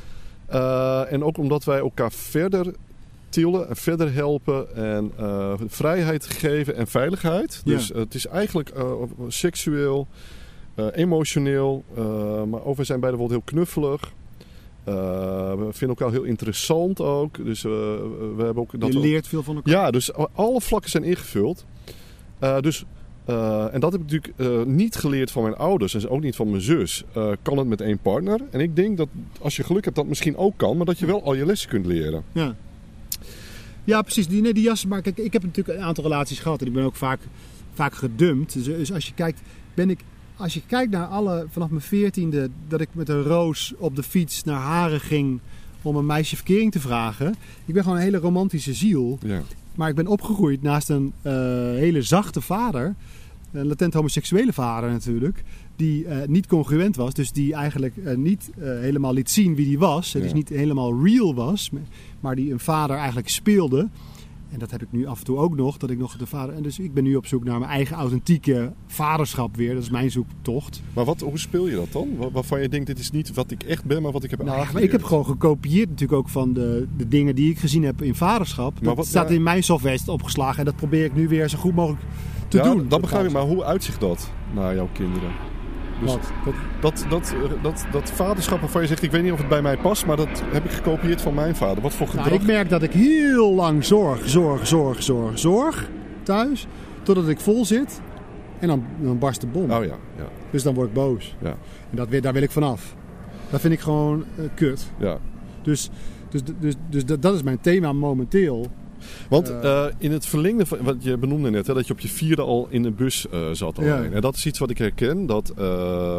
Uh, en ook omdat wij elkaar verder tillen en verder helpen. En uh, vrijheid geven en veiligheid. Ja. Dus uh, het is eigenlijk uh, seksueel... Uh, emotioneel, uh, maar ook we zijn beide bijvoorbeeld heel knuffelig. Uh, we vinden elkaar heel interessant ook. Dus, uh, we hebben ook dat je leert ook... veel van elkaar. Ja, dus alle vlakken zijn ingevuld. Uh, dus, uh, en dat heb ik natuurlijk uh, niet geleerd van mijn ouders en ook niet van mijn zus. Uh, kan het met één partner? En ik denk dat als je geluk hebt dat misschien ook kan, maar dat je wel al je lessen kunt leren. Ja. Ja, precies. Die, nee, die jas. Maar kijk, ik heb natuurlijk een aantal relaties gehad. En ik ben ook vaak, vaak gedumpt. Dus, dus als je kijkt, ben ik... Als je kijkt naar alle, vanaf mijn veertiende, dat ik met een roos op de fiets naar Haren ging om een meisje verkering te vragen. Ik ben gewoon een hele romantische ziel. Ja. Maar ik ben opgegroeid naast een uh, hele zachte vader. Een latent homoseksuele vader natuurlijk. Die uh, niet congruent was. Dus die eigenlijk uh, niet uh, helemaal liet zien wie die was. Ja. Dus niet helemaal real was. Maar die een vader eigenlijk speelde. En dat heb ik nu af en toe ook nog, dat ik nog de vader... En dus ik ben nu op zoek naar mijn eigen authentieke vaderschap weer. Dat is mijn zoektocht. Maar wat, hoe speel je dat dan? Waarvan je denkt, dit is niet wat ik echt ben, maar wat ik heb nou, aangeleerd. Ik heb gewoon gekopieerd natuurlijk ook van de, de dingen die ik gezien heb in vaderschap. Dat wat, staat ja. in mijn software opgeslagen. En dat probeer ik nu weer zo goed mogelijk te ja, doen. Dat begrijp ik, maar hoe uitzicht dat naar jouw kinderen? Dus dat, dat, dat, dat, dat vaderschap waarvan je zegt, ik weet niet of het bij mij past, maar dat heb ik gekopieerd van mijn vader. Wat voor gedrag? Nou, ik merk dat ik heel lang zorg, zorg, zorg, zorg, zorg thuis, totdat ik vol zit en dan, dan barst de bom. Oh ja, ja. Dus dan word ik boos. Ja. En dat, daar wil ik vanaf. Dat vind ik gewoon uh, kut. Ja. Dus, dus, dus, dus dat, dat is mijn thema momenteel. Want uh, in het verlengde van wat je benoemde net, hè, dat je op je vierde al in een bus uh, zat. Ja. En dat is iets wat ik herken, dat uh,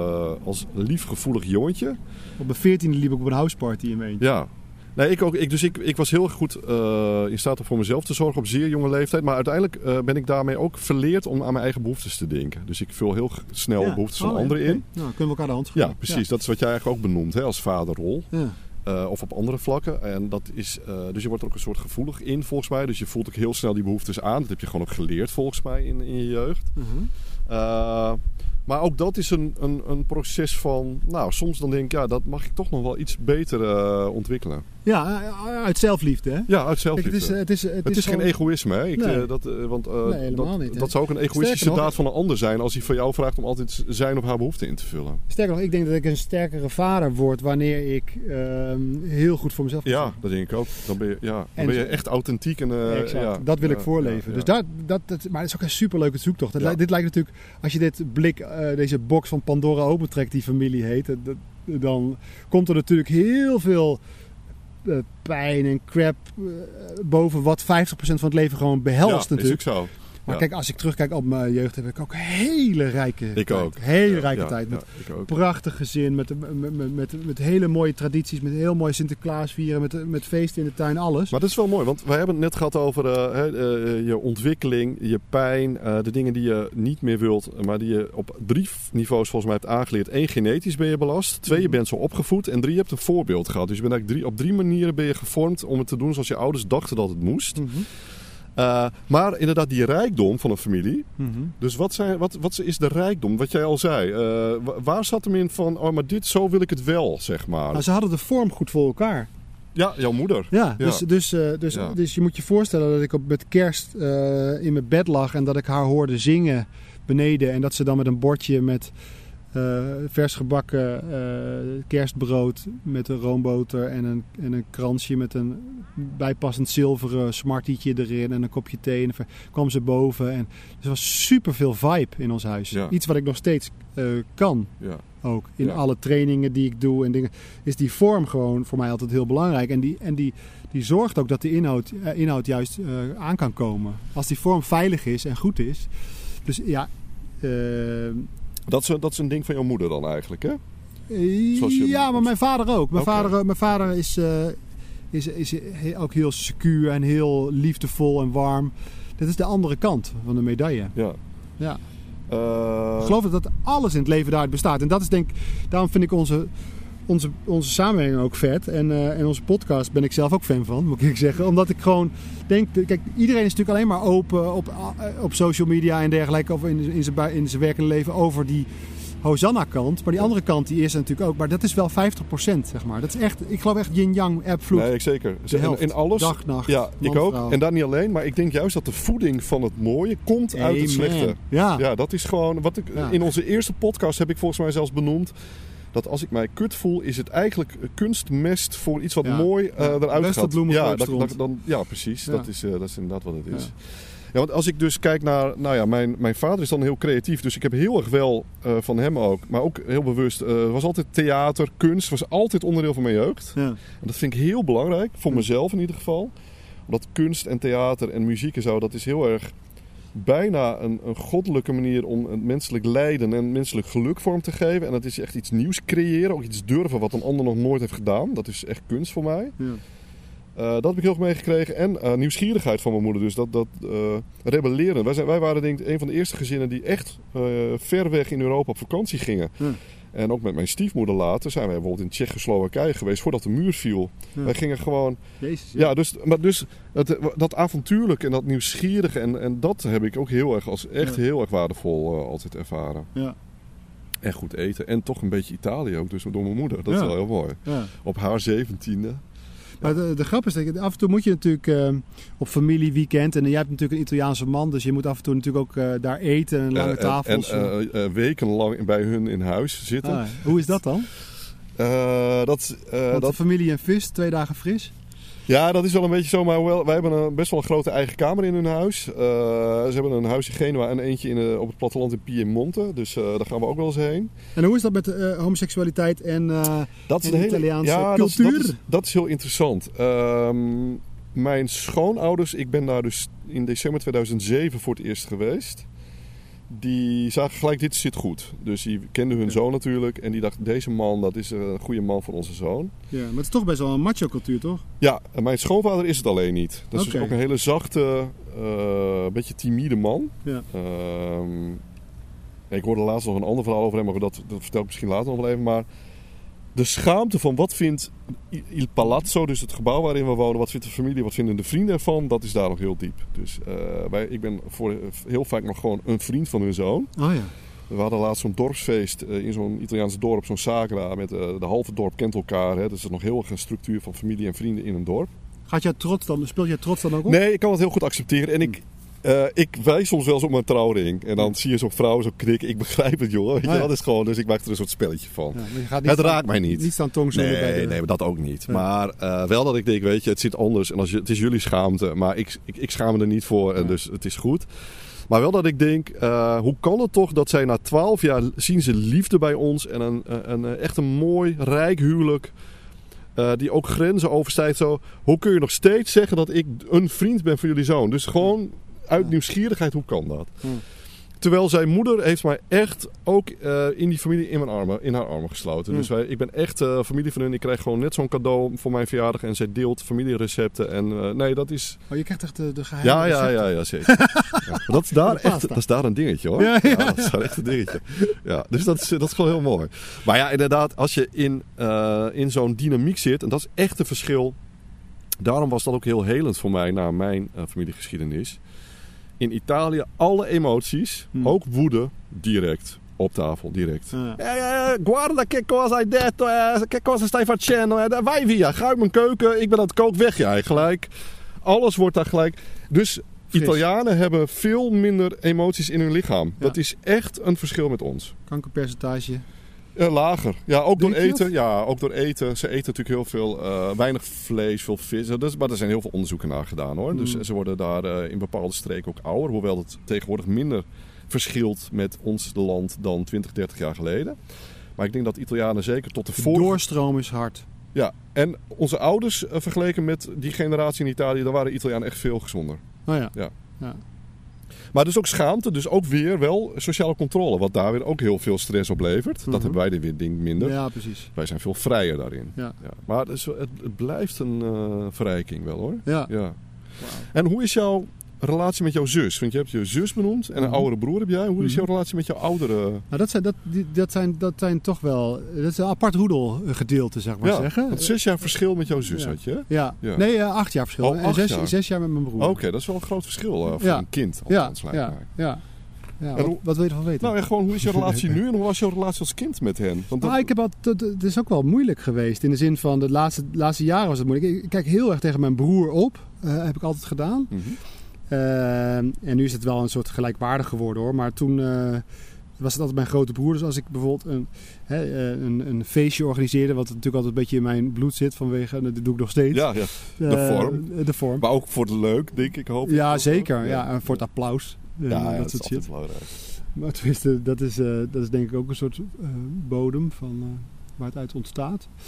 als liefgevoelig jongetje... Op mijn veertiende liep ik op een houseparty in mijn eentje. Ja. Nee, ik ook. Ik, dus ik, ik was heel goed uh, in staat om voor mezelf te zorgen op zeer jonge leeftijd. Maar uiteindelijk uh, ben ik daarmee ook verleerd om aan mijn eigen behoeftes te denken. Dus ik vul heel snel ja. behoeftes oh, van anderen okay. in. Nou, kunnen we elkaar de hand geven. Ja, precies. Ja. Dat is wat jij eigenlijk ook benoemt, hè, als vaderrol. Ja. Uh, of op andere vlakken. En dat is, uh, dus je wordt er ook een soort gevoelig in, volgens mij. Dus je voelt ook heel snel die behoeftes aan. Dat heb je gewoon ook geleerd, volgens mij, in, in je jeugd. Uh-huh. Uh, maar ook dat is een, een, een proces van... Nou, soms dan denk ik, ja, dat mag ik toch nog wel iets beter uh, ontwikkelen. Ja, uit zelfliefde, hè? Ja, uit zelfliefde. Kijk, het is, het is, het het is, is gewoon... geen egoïsme, hè? Ik, nee. uh, dat, uh, want, uh, nee, helemaal dat, niet. Hè? Dat zou ook een egoïstische Sterker daad nog, van een ander zijn... als hij van jou vraagt om altijd zijn of haar behoeften in te vullen. Sterker nog, ik denk dat ik een sterkere vader word... wanneer ik uh, heel goed voor mezelf Ja, dat denk ik ook. Dan ben je, ja, dan en, ben je echt authentiek. En, uh, exact, ja, dat wil ja, ik voorleven. Ja, ja. Dus dat, dat, dat, maar het is ook een superleuke zoektocht. Dat ja. li- dit lijkt natuurlijk... Als je dit blik, uh, deze box van Pandora opentrekt... die familie heet... Dat, dan komt er natuurlijk heel veel... Uh, pijn en crap uh, boven wat vijftig procent van het leven gewoon behelst ja, natuurlijk. Is ook zo. Maar ja. kijk, als ik terugkijk op mijn jeugd heb ik ook hele rijke ik tijd. Ook. Hele ja, rijke ja, tijd. Met ja, ook. prachtig gezin, met, met, met, met, met hele mooie tradities, met heel mooi Sinterklaas vieren, met, met feesten in de tuin, alles. Maar dat is wel mooi, want we hebben het net gehad over uh, uh, je ontwikkeling, je pijn, uh, de dingen die je niet meer wilt, maar die je op drie niveaus volgens mij hebt aangeleerd. Eén, genetisch ben je belast. Twee, je bent zo opgevoed. En drie, je hebt een voorbeeld gehad. Dus je bent eigenlijk drie, op drie manieren ben je gevormd om het te doen zoals je ouders dachten dat het moest. Mm-hmm. Uh, maar inderdaad die rijkdom van een familie. Mm-hmm. Dus wat, zijn, wat, wat is de rijkdom? Wat jij al zei. Uh, waar zat hem in van, oh maar dit, zo wil ik het wel, zeg maar. Nou, ze hadden de vorm goed voor elkaar. Ja, jouw moeder. Ja, ja. Dus, dus, uh, dus, ja. dus je moet je voorstellen dat ik op met kerst uh, in mijn bed lag en dat ik haar hoorde zingen beneden. En dat ze dan met een bordje met uh, vers gebakken uh, kerstbrood met een roomboter en een, en een kransje met een bijpassend zilveren smartietje erin en een kopje thee. En dan kwam ze boven. En er was super veel vibe in ons huis. Ja. Iets wat ik nog steeds uh, kan. Ja. Ook in ja. alle trainingen die ik doe en dingen, is die vorm gewoon voor mij altijd heel belangrijk. En die, en die, die zorgt ook dat de inhoud, uh, inhoud juist uh, aan kan komen. Als die vorm veilig is en goed is. Dus ja. Uh, dat, is, dat is een ding van jouw moeder dan eigenlijk, hè? Je... Ja, maar mijn vader ook. Mijn, okay. vader, mijn vader is, uh, is, is ook heel secuur en heel liefdevol en warm. Dat is de andere kant van de medaille. Ja. Ja. Uh... Ik geloof dat alles in het leven daaruit bestaat. En dat is denk daarom vind ik onze, onze, onze samenwerking ook vet. En, uh, en onze podcast ben ik zelf ook fan van, moet ik zeggen. Omdat ik gewoon denk, kijk, iedereen is natuurlijk alleen maar open op, op social media en dergelijke. Of in, in zijn, in zijn werkende leven over die Hosanna-kant. Maar die andere kant die is er natuurlijk ook. Maar dat is wel vijftig procent, zeg maar. Dat is echt, ik geloof echt yin-yang, eb-vloed. Nee, zeker. De helft. In, in alles. Dag, nacht. Ja, ik ook. Vrouw. En dat niet alleen. Maar ik denk juist dat de voeding van het mooie komt Amen. uit het slechte. Ja. Ja, dat is gewoon... Wat ik, ja. In onze eerste podcast heb ik volgens mij zelfs benoemd... dat als ik mij kut voel, is het eigenlijk kunstmest voor iets wat ja. mooi uh, ja. eruit gaat. Ja, dat, dat, dan, ja, precies. Ja. Dat, is, uh, dat is inderdaad wat het is. Ja. Ja, want als ik dus kijk naar... Nou ja, mijn, mijn vader is dan heel creatief. Dus ik heb heel erg wel uh, van hem ook. Maar ook heel bewust. Uh, was altijd theater, kunst. Was altijd onderdeel van mijn jeugd. Ja. En dat vind ik heel belangrijk. Voor ja. mezelf in ieder geval. Omdat kunst en theater en muziek en zo, dat is heel erg bijna een, een goddelijke manier om het menselijk lijden en menselijk geluk vorm te geven. En dat is echt iets nieuws creëren, ook iets durven wat een ander nog nooit heeft gedaan. Dat is echt kunst voor mij. Ja. Uh, dat heb ik heel erg meegekregen. En uh, nieuwsgierigheid van mijn moeder. Dus dat, dat uh, rebelleren. Wij, zijn, wij waren denk ik een van de eerste gezinnen die echt uh, ver weg in Europa op vakantie gingen. Ja. En ook met mijn stiefmoeder later zijn wij bijvoorbeeld in Tsjechoslowakije geweest voordat de muur viel. Ja. Wij gingen gewoon... Jezus, ja. ja, dus, maar dus dat, dat avontuurlijke en dat nieuwsgierige en, en dat heb ik ook heel erg als echt ja. heel erg waardevol uh, altijd ervaren. Ja. En goed eten. En toch een beetje Italië ook, dus door mijn moeder. Dat ja. is wel heel mooi. Ja. Op haar zeventiende. Maar de, de grap is dat af en toe moet je natuurlijk uh, op familieweekend. En jij hebt natuurlijk een Italiaanse man. Dus je moet af en toe natuurlijk ook uh, daar eten. En lange uh, tafels. En uh, uh, wekenlang bij hun in huis zitten. Ah, hoe is dat dan? Uh, dat, uh, Want dat... de familie en vis, twee dagen fris? Ja, dat is wel een beetje zo. Maar wel, wij hebben een, best wel een grote eigen kamer in hun huis. Uh, ze hebben een huis in Genua en eentje in, uh, op het platteland in Piemonte. Dus uh, daar gaan we ook wel eens heen. En hoe is dat met uh, homoseksualiteit en, uh, dat is en de hele, Italiaanse ja, cultuur? Dat is, dat, is, dat is heel interessant. Um, mijn schoonouders, ik ben daar dus in december tweeduizend zeven voor het eerst geweest. Die zagen gelijk, dit zit goed. Dus die kenden hun ja. zoon natuurlijk. En die dachten, deze man, dat is een goede man voor onze zoon. Ja, maar het is toch best wel een macho cultuur, toch? Ja, en mijn schoonvader is het alleen niet. Dat is okay. dus ook een hele zachte, uh, beetje timide man. Ja. Um, ik hoorde laatst nog een ander verhaal over hem, maar dat, dat vertel ik misschien later nog wel even. Maar de schaamte van wat vindt Il Palazzo, dus het gebouw waarin we wonen, wat vindt de familie, wat vinden de vrienden ervan, dat is daar nog heel diep. Dus uh, wij, ik ben voor heel vaak nog gewoon een vriend van hun zoon. Oh ja. We hadden laatst zo'n dorpsfeest uh, in zo'n Italiaans dorp, zo'n Sagra, met uh, de halve dorp kent elkaar. Hè. Dus er is nog heel erg een structuur van familie en vrienden in een dorp. Gaat jij trots dan, speelt jij trots dan ook op? Nee, ik kan het heel goed accepteren. En ik... Uh, ik wijs soms wel eens op mijn trouwring. En dan ja. zie je zo'n vrouw zo knikken. Ik begrijp het, joh. Weet je, ah, ja. Dat is gewoon, dus ik maak er een soort spelletje van. Ja, je gaat niet het staan, raakt mij niet. Niet staan tongzoenen nee, bij de... nee, maar dat ook niet. Ja. Maar uh, wel dat ik denk, weet je, het zit anders. En als je, het is jullie schaamte. Maar ik, ik, ik schaam me er niet voor. En ja. dus het is goed. Maar wel dat ik denk, uh, hoe kan het toch dat zij na twaalf jaar zien ze liefde bij ons. En een, een, een, echt een mooi, rijk huwelijk. Uh, die ook grenzen overstijgt. Zo. Hoe kun je nog steeds zeggen dat ik een vriend ben van jullie zoon? Dus gewoon... Uit nieuwsgierigheid, hoe kan dat? Hmm. Terwijl zijn moeder heeft mij echt ook uh, in die familie in, mijn armen, in haar armen gesloten. Hmm. Dus wij, ik ben echt uh, familie van hun. Ik krijg gewoon net zo'n cadeau voor mijn verjaardag. En zij deelt familierecepten. En uh, nee, dat is... Oh, je krijgt echt de, de geheime ja, ja, ja, ja, zeker. ja, dat, is daar echt, dat is daar een dingetje, hoor. Ja, ja. Ja, dat is daar echt een dingetje. Ja, dus dat is, dat is gewoon heel mooi. Maar ja, inderdaad, als je in, uh, in zo'n dynamiek zit... En dat is echt een verschil. Daarom was dat ook heel helend voor mij na mijn uh, familiegeschiedenis... In Italië alle emoties, hmm. ook woede, direct op tafel, direct. Ja. Eh, guarda che cosa hai detto, eh, che cosa stai facendo, eh, vai via, ga uit mijn keuken, ik ben aan het kook, weg jij gelijk. Alles wordt daar gelijk. Dus Fris. Italianen hebben veel minder emoties in hun lichaam. Ja. Dat is echt een verschil met ons. Kankerpercentage? Uh, lager. Ja, ook door eten. Ja, ook door eten. Ze eten natuurlijk heel veel, uh, weinig vlees, veel vis. Dus, maar er zijn heel veel onderzoeken naar gedaan, hoor. Mm. Dus ze worden daar uh, in bepaalde streken ook ouder. Hoewel het tegenwoordig minder verschilt met ons land dan twintig, dertig jaar geleden. Maar ik denk dat Italianen zeker tot de, de vorige... doorstroom is hard. Ja, en onze ouders uh, vergeleken met die generatie in Italië, dan waren Italianen echt veel gezonder. Oh ja. Ja. ja. Maar dus ook schaamte, dus ook weer wel sociale controle. Wat daar weer ook heel veel stress oplevert. Mm-hmm. Dat hebben wij dit weer ding minder. Ja, precies. Wij zijn veel vrijer daarin. Ja. Ja. Maar het, is, het, het blijft een uh, verrijking wel, hoor. Ja. ja. Wow. En hoe is jouw relatie met jouw zus? Want je hebt je zus benoemd en een mm-hmm. oudere broer heb jij. Hoe is mm-hmm. jouw relatie met jouw oudere... Nou, dat, zijn, dat, die, dat, zijn, dat zijn toch wel... Dat is een apart hoedelgedeelte, zeg maar ja, zeggen. Want zes jaar verschil met jouw zus ja. had je? Ja. ja. Nee, uh, acht jaar verschil. Oh, acht en zes jaar. zes jaar met mijn broer. Oké, okay, dat is wel een groot verschil uh, voor ja. een kind. Ja, lijkt ja, mij. ja. Ja, wat, hoe, wat wil je ervan weten? Nou, ja, gewoon, hoe is je relatie nu en hoe was jouw relatie als kind met hen? Want dat... nou, ik heb altijd, het is ook wel moeilijk geweest. In de zin van de laatste, laatste jaren was het moeilijk. Ik kijk heel erg tegen mijn broer op. Uh, heb ik altijd gedaan. Mm-hmm. Uh, en nu is het wel een soort gelijkwaardig geworden, hoor. Maar toen uh, was het altijd mijn grote broer. Dus als ik bijvoorbeeld een, hè, een, een feestje organiseerde, wat natuurlijk altijd een beetje in mijn bloed zit vanwege, dat doe ik nog steeds. Ja, ja. De uh, vorm. De vorm. Maar ook voor het leuk, denk ik, hoop ik. Ja, zeker. Ja. Ja, en voor het applaus. Ja, ja, dat, dat soort is shit. altijd belangrijk. Maar tenminste, dat is, uh, dat is denk ik ook een soort uh, bodem van uh, waar het uit ontstaat.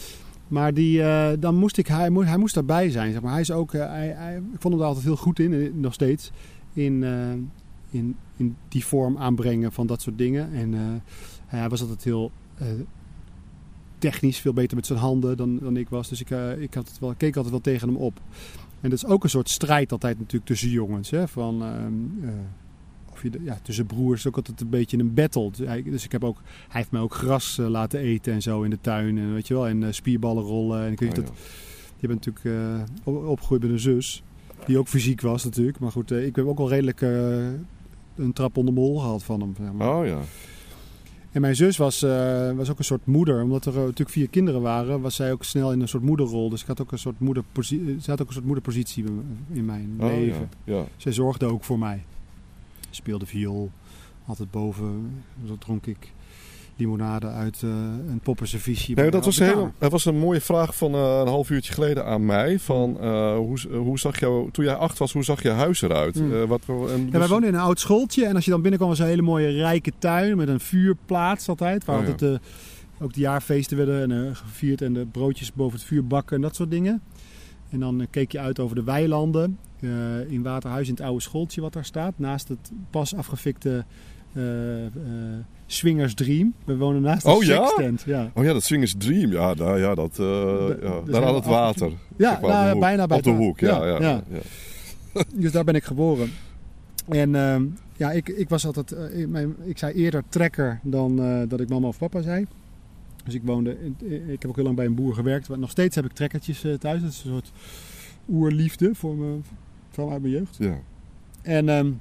Maar die, uh, dan moest ik, hij, hij moest daarbij zijn. Zeg maar. Hij is ook, uh, hij, hij, ik vond hem er altijd heel goed in, nog steeds. In, uh, in, in die vorm aanbrengen van dat soort dingen. En uh, hij was altijd heel uh, technisch, veel beter met zijn handen dan, dan ik was. Dus ik, uh, ik, had het wel, ik keek altijd wel tegen hem op. En dat is ook een soort strijd altijd natuurlijk tussen jongens. Hè? Van, uh, uh, of je de, ja, tussen broers is ook altijd een beetje een battle. Dus ik heb ook, hij heeft mij ook gras uh, laten eten en zo in de tuin. En, weet je wel, en uh, spierballen rollen. En ik weet oh, dat, ja. Je bent natuurlijk uh, opgegroeid met een zus. Die ook fysiek was natuurlijk. Maar goed, uh, ik heb ook wel redelijk uh, een trap onder mijn hol gehad van hem. Zeg maar. Oh ja. En mijn zus was, uh, was ook een soort moeder. Omdat er uh, natuurlijk vier kinderen waren, was zij ook snel in een soort moederrol. Dus ik had ook een soort moederpositie, ze had ook een soort moederpositie in mijn oh, leven. Ja, ja. Zij zorgde ook voor mij. Speelde viool, altijd boven. Zo dronk ik limonade uit uh, een poppenserviesje. Nee, dat was, een hele, dat was een mooie vraag van uh, een half uurtje geleden aan mij. Van, uh, hoe, hoe zag jou, toen jij acht was, hoe zag je huis eruit? Hmm. Uh, wat, en dus... ja, wij woonden in een oud schooltje. En als je dan binnenkwam, was een hele mooie rijke tuin met een vuurplaats altijd. Waar oh, altijd ja. uh, ook de jaarfeesten werden uh, gevierd en de broodjes boven het vuur bakken en dat soort dingen. En dan uh, keek je uit over de weilanden uh, in Waterhuis, in het oude schooltje wat daar staat. Naast het pas afgefikte uh, uh, Swingers Dream. We wonen naast de oh, sekstent. Ja? Ja. Oh ja, dat Swingers Dream. Ja, daar, ja, dat, uh, de, ja. daar aan het water. Ja, zeg maar, nou, op bijna bij op de hoek. Ja, ja, ja. ja. ja. Dus daar ben ik geboren. En uh, ja, ik, ik was altijd... Uh, ik, mijn, ik zei eerder trekker dan uh, dat ik mama of papa zei. Dus ik woonde... Ik heb ook heel lang bij een boer gewerkt. Maar nog steeds heb ik trekkertjes uh, thuis. Dat is een soort oerliefde voor me, vooral uit mijn jeugd. Ja. En... Um,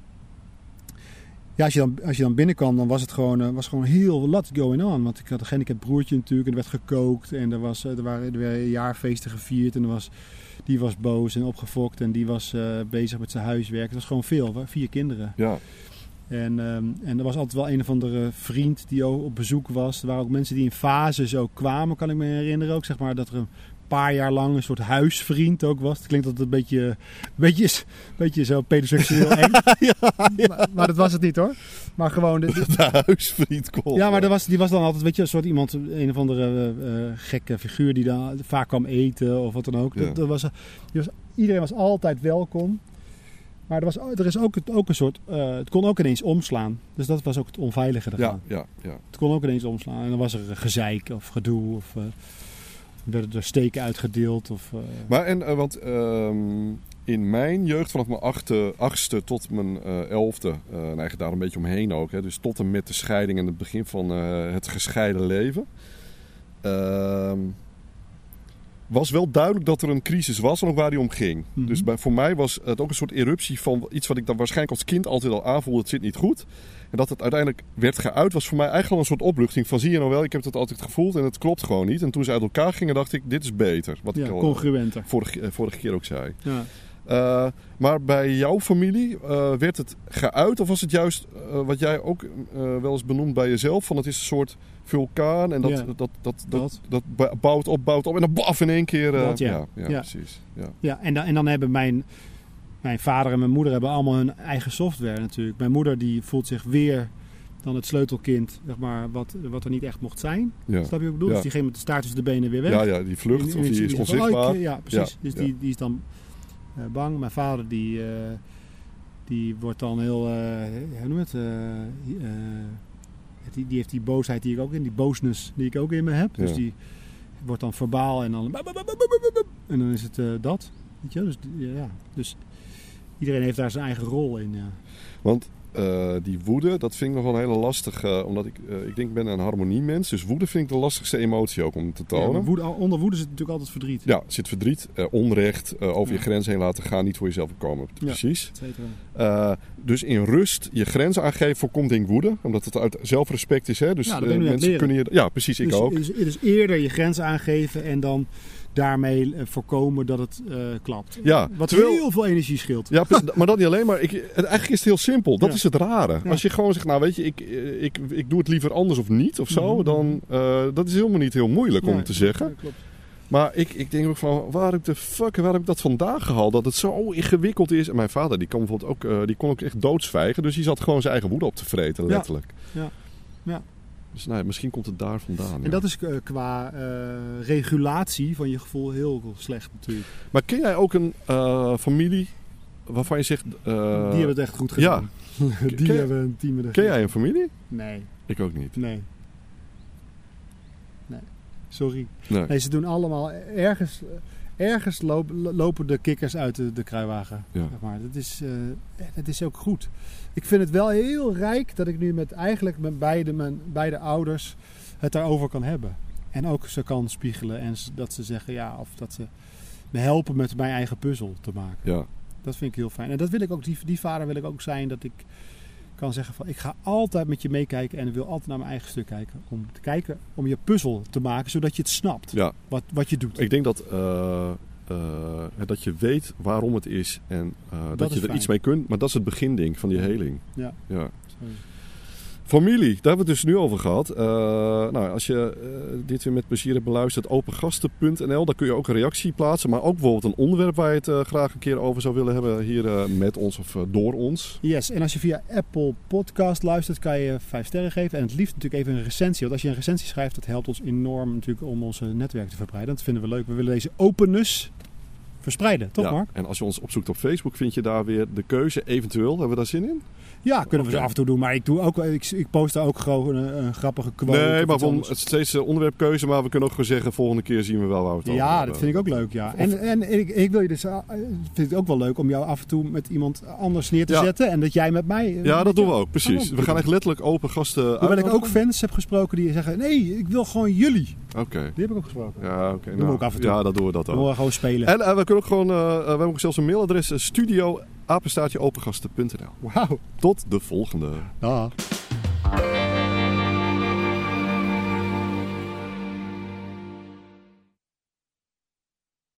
Ja, als je dan, als je dan binnenkwam, dan was het gewoon, uh, was gewoon heel lot going on. Want ik had een gehandicapt broertje natuurlijk en er werd gekookt. En er, was, uh, er, waren, er werden jaarfeesten gevierd. En er was, die was boos en opgefokt en die was uh, bezig met zijn huiswerk. Het was gewoon veel, vier kinderen. Ja. En, um, en er was altijd wel een of andere vriend die ook op bezoek was. Er waren ook mensen die in fases ook kwamen, kan ik me herinneren. Ook zeg maar dat er een paar jaar lang een soort huisvriend ook was. Het klinkt altijd een beetje, een beetje, een beetje zo pedoseksueel eng. ja, ja. Maar, maar dat was het niet hoor. Maar gewoon... De, de, de huisvriend kon. Ja, maar er was, die was dan altijd, weet je, een soort iemand, een of andere uh, gekke figuur die dan vaak kwam eten of wat dan ook. Ja. Dat, dat was, die was, iedereen was altijd welkom. Maar er, was, er is ook, ook een soort... Uh, het kon ook ineens omslaan. Dus dat was ook het onveilige ervan. Ja, ja, ja. Het kon ook ineens omslaan. En dan was er gezeik of gedoe of... Uh, werden er steken uitgedeeld. Of, uh... Maar en, uh, want um, in mijn jeugd, vanaf mijn achte, achtste tot mijn uh, elfde, uh, en eigenlijk daar een beetje omheen ook, hè, dus tot en met de scheiding en het begin van uh, het gescheiden leven, uh, was wel duidelijk dat er een crisis was en ook waar die om ging. Mm-hmm. Dus bij, voor mij was het ook een soort eruptie van iets wat ik dan waarschijnlijk als kind altijd al aanvoelde, het zit niet goed. En dat het uiteindelijk werd geuit, was voor mij eigenlijk al een soort opluchting van zie je nou wel, ik heb het altijd gevoeld en het klopt gewoon niet. En toen ze uit elkaar gingen, dacht ik, dit is beter. Wat ja, ik al congruenter. Vorige, uh, vorige keer ook zei. Ja. Uh, maar bij jouw familie, uh, werd het geuit of was het juist uh, wat jij ook uh, wel eens benoemt bij jezelf, van het is een soort vulkaan en dat, ja. dat, dat, dat, dat, dat, dat bouwt op, bouwt op en dan baf in één keer. Uh, dat, ja. Ja, ja, ja, precies. Ja, ja en, dan, en dan hebben mijn... Mijn vader en mijn moeder hebben allemaal hun eigen software natuurlijk. Mijn moeder die voelt zich weer dan het sleutelkind, zeg maar, wat, wat er niet echt mocht zijn. Ja. Snap je wat ik bedoel? Ja. Dus die ging met de staart tussen de benen weer weg. Ja, ja, die vlucht in, in, of die, die is onzichtbaar. Van, oh, ik, ja, precies. Ja. Dus Ja. Die, die is dan uh, bang. Mijn vader die, uh, die wordt dan heel, uh, hoe noem je het? Uh, uh, die, die heeft die boosheid die ik ook in, die boosness die ik ook in me heb. Dus ja. Die wordt dan verbaal en dan en dan is het uh, dat. Weet je? Dus, ja, dus iedereen heeft daar zijn eigen rol in. Ja. Want uh, die woede, dat vind ik nog wel een hele lastige, omdat ik, uh, ik denk ik ben een harmoniemens, dus woede vind ik de lastigste emotie ook om te tonen. Ja, maar woede, onder woede zit natuurlijk altijd verdriet. Ja, zit verdriet, uh, onrecht, uh, over ja. je grenzen heen laten gaan, niet voor jezelf opkomen. Ja, precies. Uh, dus in rust je grenzen aangeven voorkomt denk ik woede, omdat het uit zelfrespect is. Hè? Dus ja, uh, mensen kunnen je, ja, precies, ik dus, ook. Dus, dus eerder je grenzen aangeven en dan daarmee uh, voorkomen dat het uh, klapt. Ja, wat terwijl, heel veel energie scheelt. Ja, maar dat niet alleen, maar ik, het, eigenlijk is het heel simpel. Dat ja. is het rare. Ja. Als je gewoon zegt, nou weet je, ik, ik, ik doe het liever anders of niet of zo, mm-hmm. dan uh, dat is helemaal niet heel moeilijk nee, om te zeggen. Ja, klopt. Maar ik, ik denk ook van, waar heb ik de fuck, waar heb ik dat vandaag gehaald? Dat het zo ingewikkeld is. En mijn vader, die kon bijvoorbeeld ook, uh, die kon ook echt doodzwijgen. Dus die zat gewoon zijn eigen woede op te vreten, letterlijk. Ja, ja. ja. Dus nou ja, misschien komt het daar vandaan. En ja. dat is uh, qua uh, regulatie van je gevoel heel slecht natuurlijk. Maar ken jij ook een uh, familie waarvan je zegt... Uh, die hebben het echt goed gedaan. Ja. die ken, hebben een team. Ken jij een familie? Nee. Ik ook niet. Nee. Nee. Sorry. Nee. nee, ze doen allemaal ergens... Ergens loop, lopen de kikkers uit de, de kruiwagen. Ja. Zeg maar. dat, is, uh, dat is ook goed. Ik vind het wel heel rijk dat ik nu met eigenlijk met beide, mijn beide ouders het daarover kan hebben. En ook ze kan spiegelen en dat ze zeggen ja, of dat ze me helpen met mijn eigen puzzel te maken. Ja. Dat vind ik heel fijn. En dat wil ik ook, die, die vader wil ik ook zijn dat ik kan zeggen van ik ga altijd met je meekijken en ik wil altijd naar mijn eigen stuk kijken. Om te kijken, om je puzzel te maken zodat je het snapt. Ja. Wat, wat je doet. Ik denk dat, uh, uh, dat je weet waarom het is en uh, dat, dat je er fijn. iets mee kunt. Maar dat is het begin denk van die heling. Ja. ja. Sorry. Familie, daar hebben we het dus nu over gehad. Uh, nou, als je uh, dit weer met plezier hebt beluisterd, opengasten punt n l, daar kun je ook een reactie plaatsen. Maar ook bijvoorbeeld een onderwerp waar je het uh, graag een keer over zou willen hebben hier uh, met ons of uh, door ons. Yes, en als je via Apple Podcast luistert, kan je vijf sterren geven. En het liefst natuurlijk even een recensie. Want als je een recensie schrijft, dat helpt ons enorm natuurlijk om onze netwerk te verbreiden. Dat vinden we leuk. We willen deze openness verspreiden, toch ja, Mark? En als je ons opzoekt op Facebook, vind je daar weer de keuze. Eventueel, hebben we daar zin in? Ja, kunnen okay. we ze af en toe doen. Maar ik, doe ook, ik, ik post daar ook gewoon een, een grappige quote. Nee, maar van, het is steeds onderwerpkeuze. Maar we kunnen ook gewoon zeggen, volgende keer zien we wel waar we het over Ja, hebben. dat vind ik ook leuk, ja. Of, en en ik, ik wil je dus, vind het ook wel leuk om jou af en toe met iemand anders neer te ja. zetten. En dat jij met mij... Ja, dat doen we ook, precies. We gaan echt letterlijk open gasten uitnodigen. Hoewel ik ook fans heb gesproken die zeggen, nee, ik wil gewoon jullie. Oké. Okay. Die heb ik ook gesproken. Ja, oké. Okay. Doen nou, we ook af en toe. Ja, dat doen we dat ook. We mogen gewoon spelen. En uh, we kunnen ook gewoon, uh, we hebben ook zelfs een mailadres, studio apenstaartje opengasten punt n l. Wauw. Tot de volgende. Dag.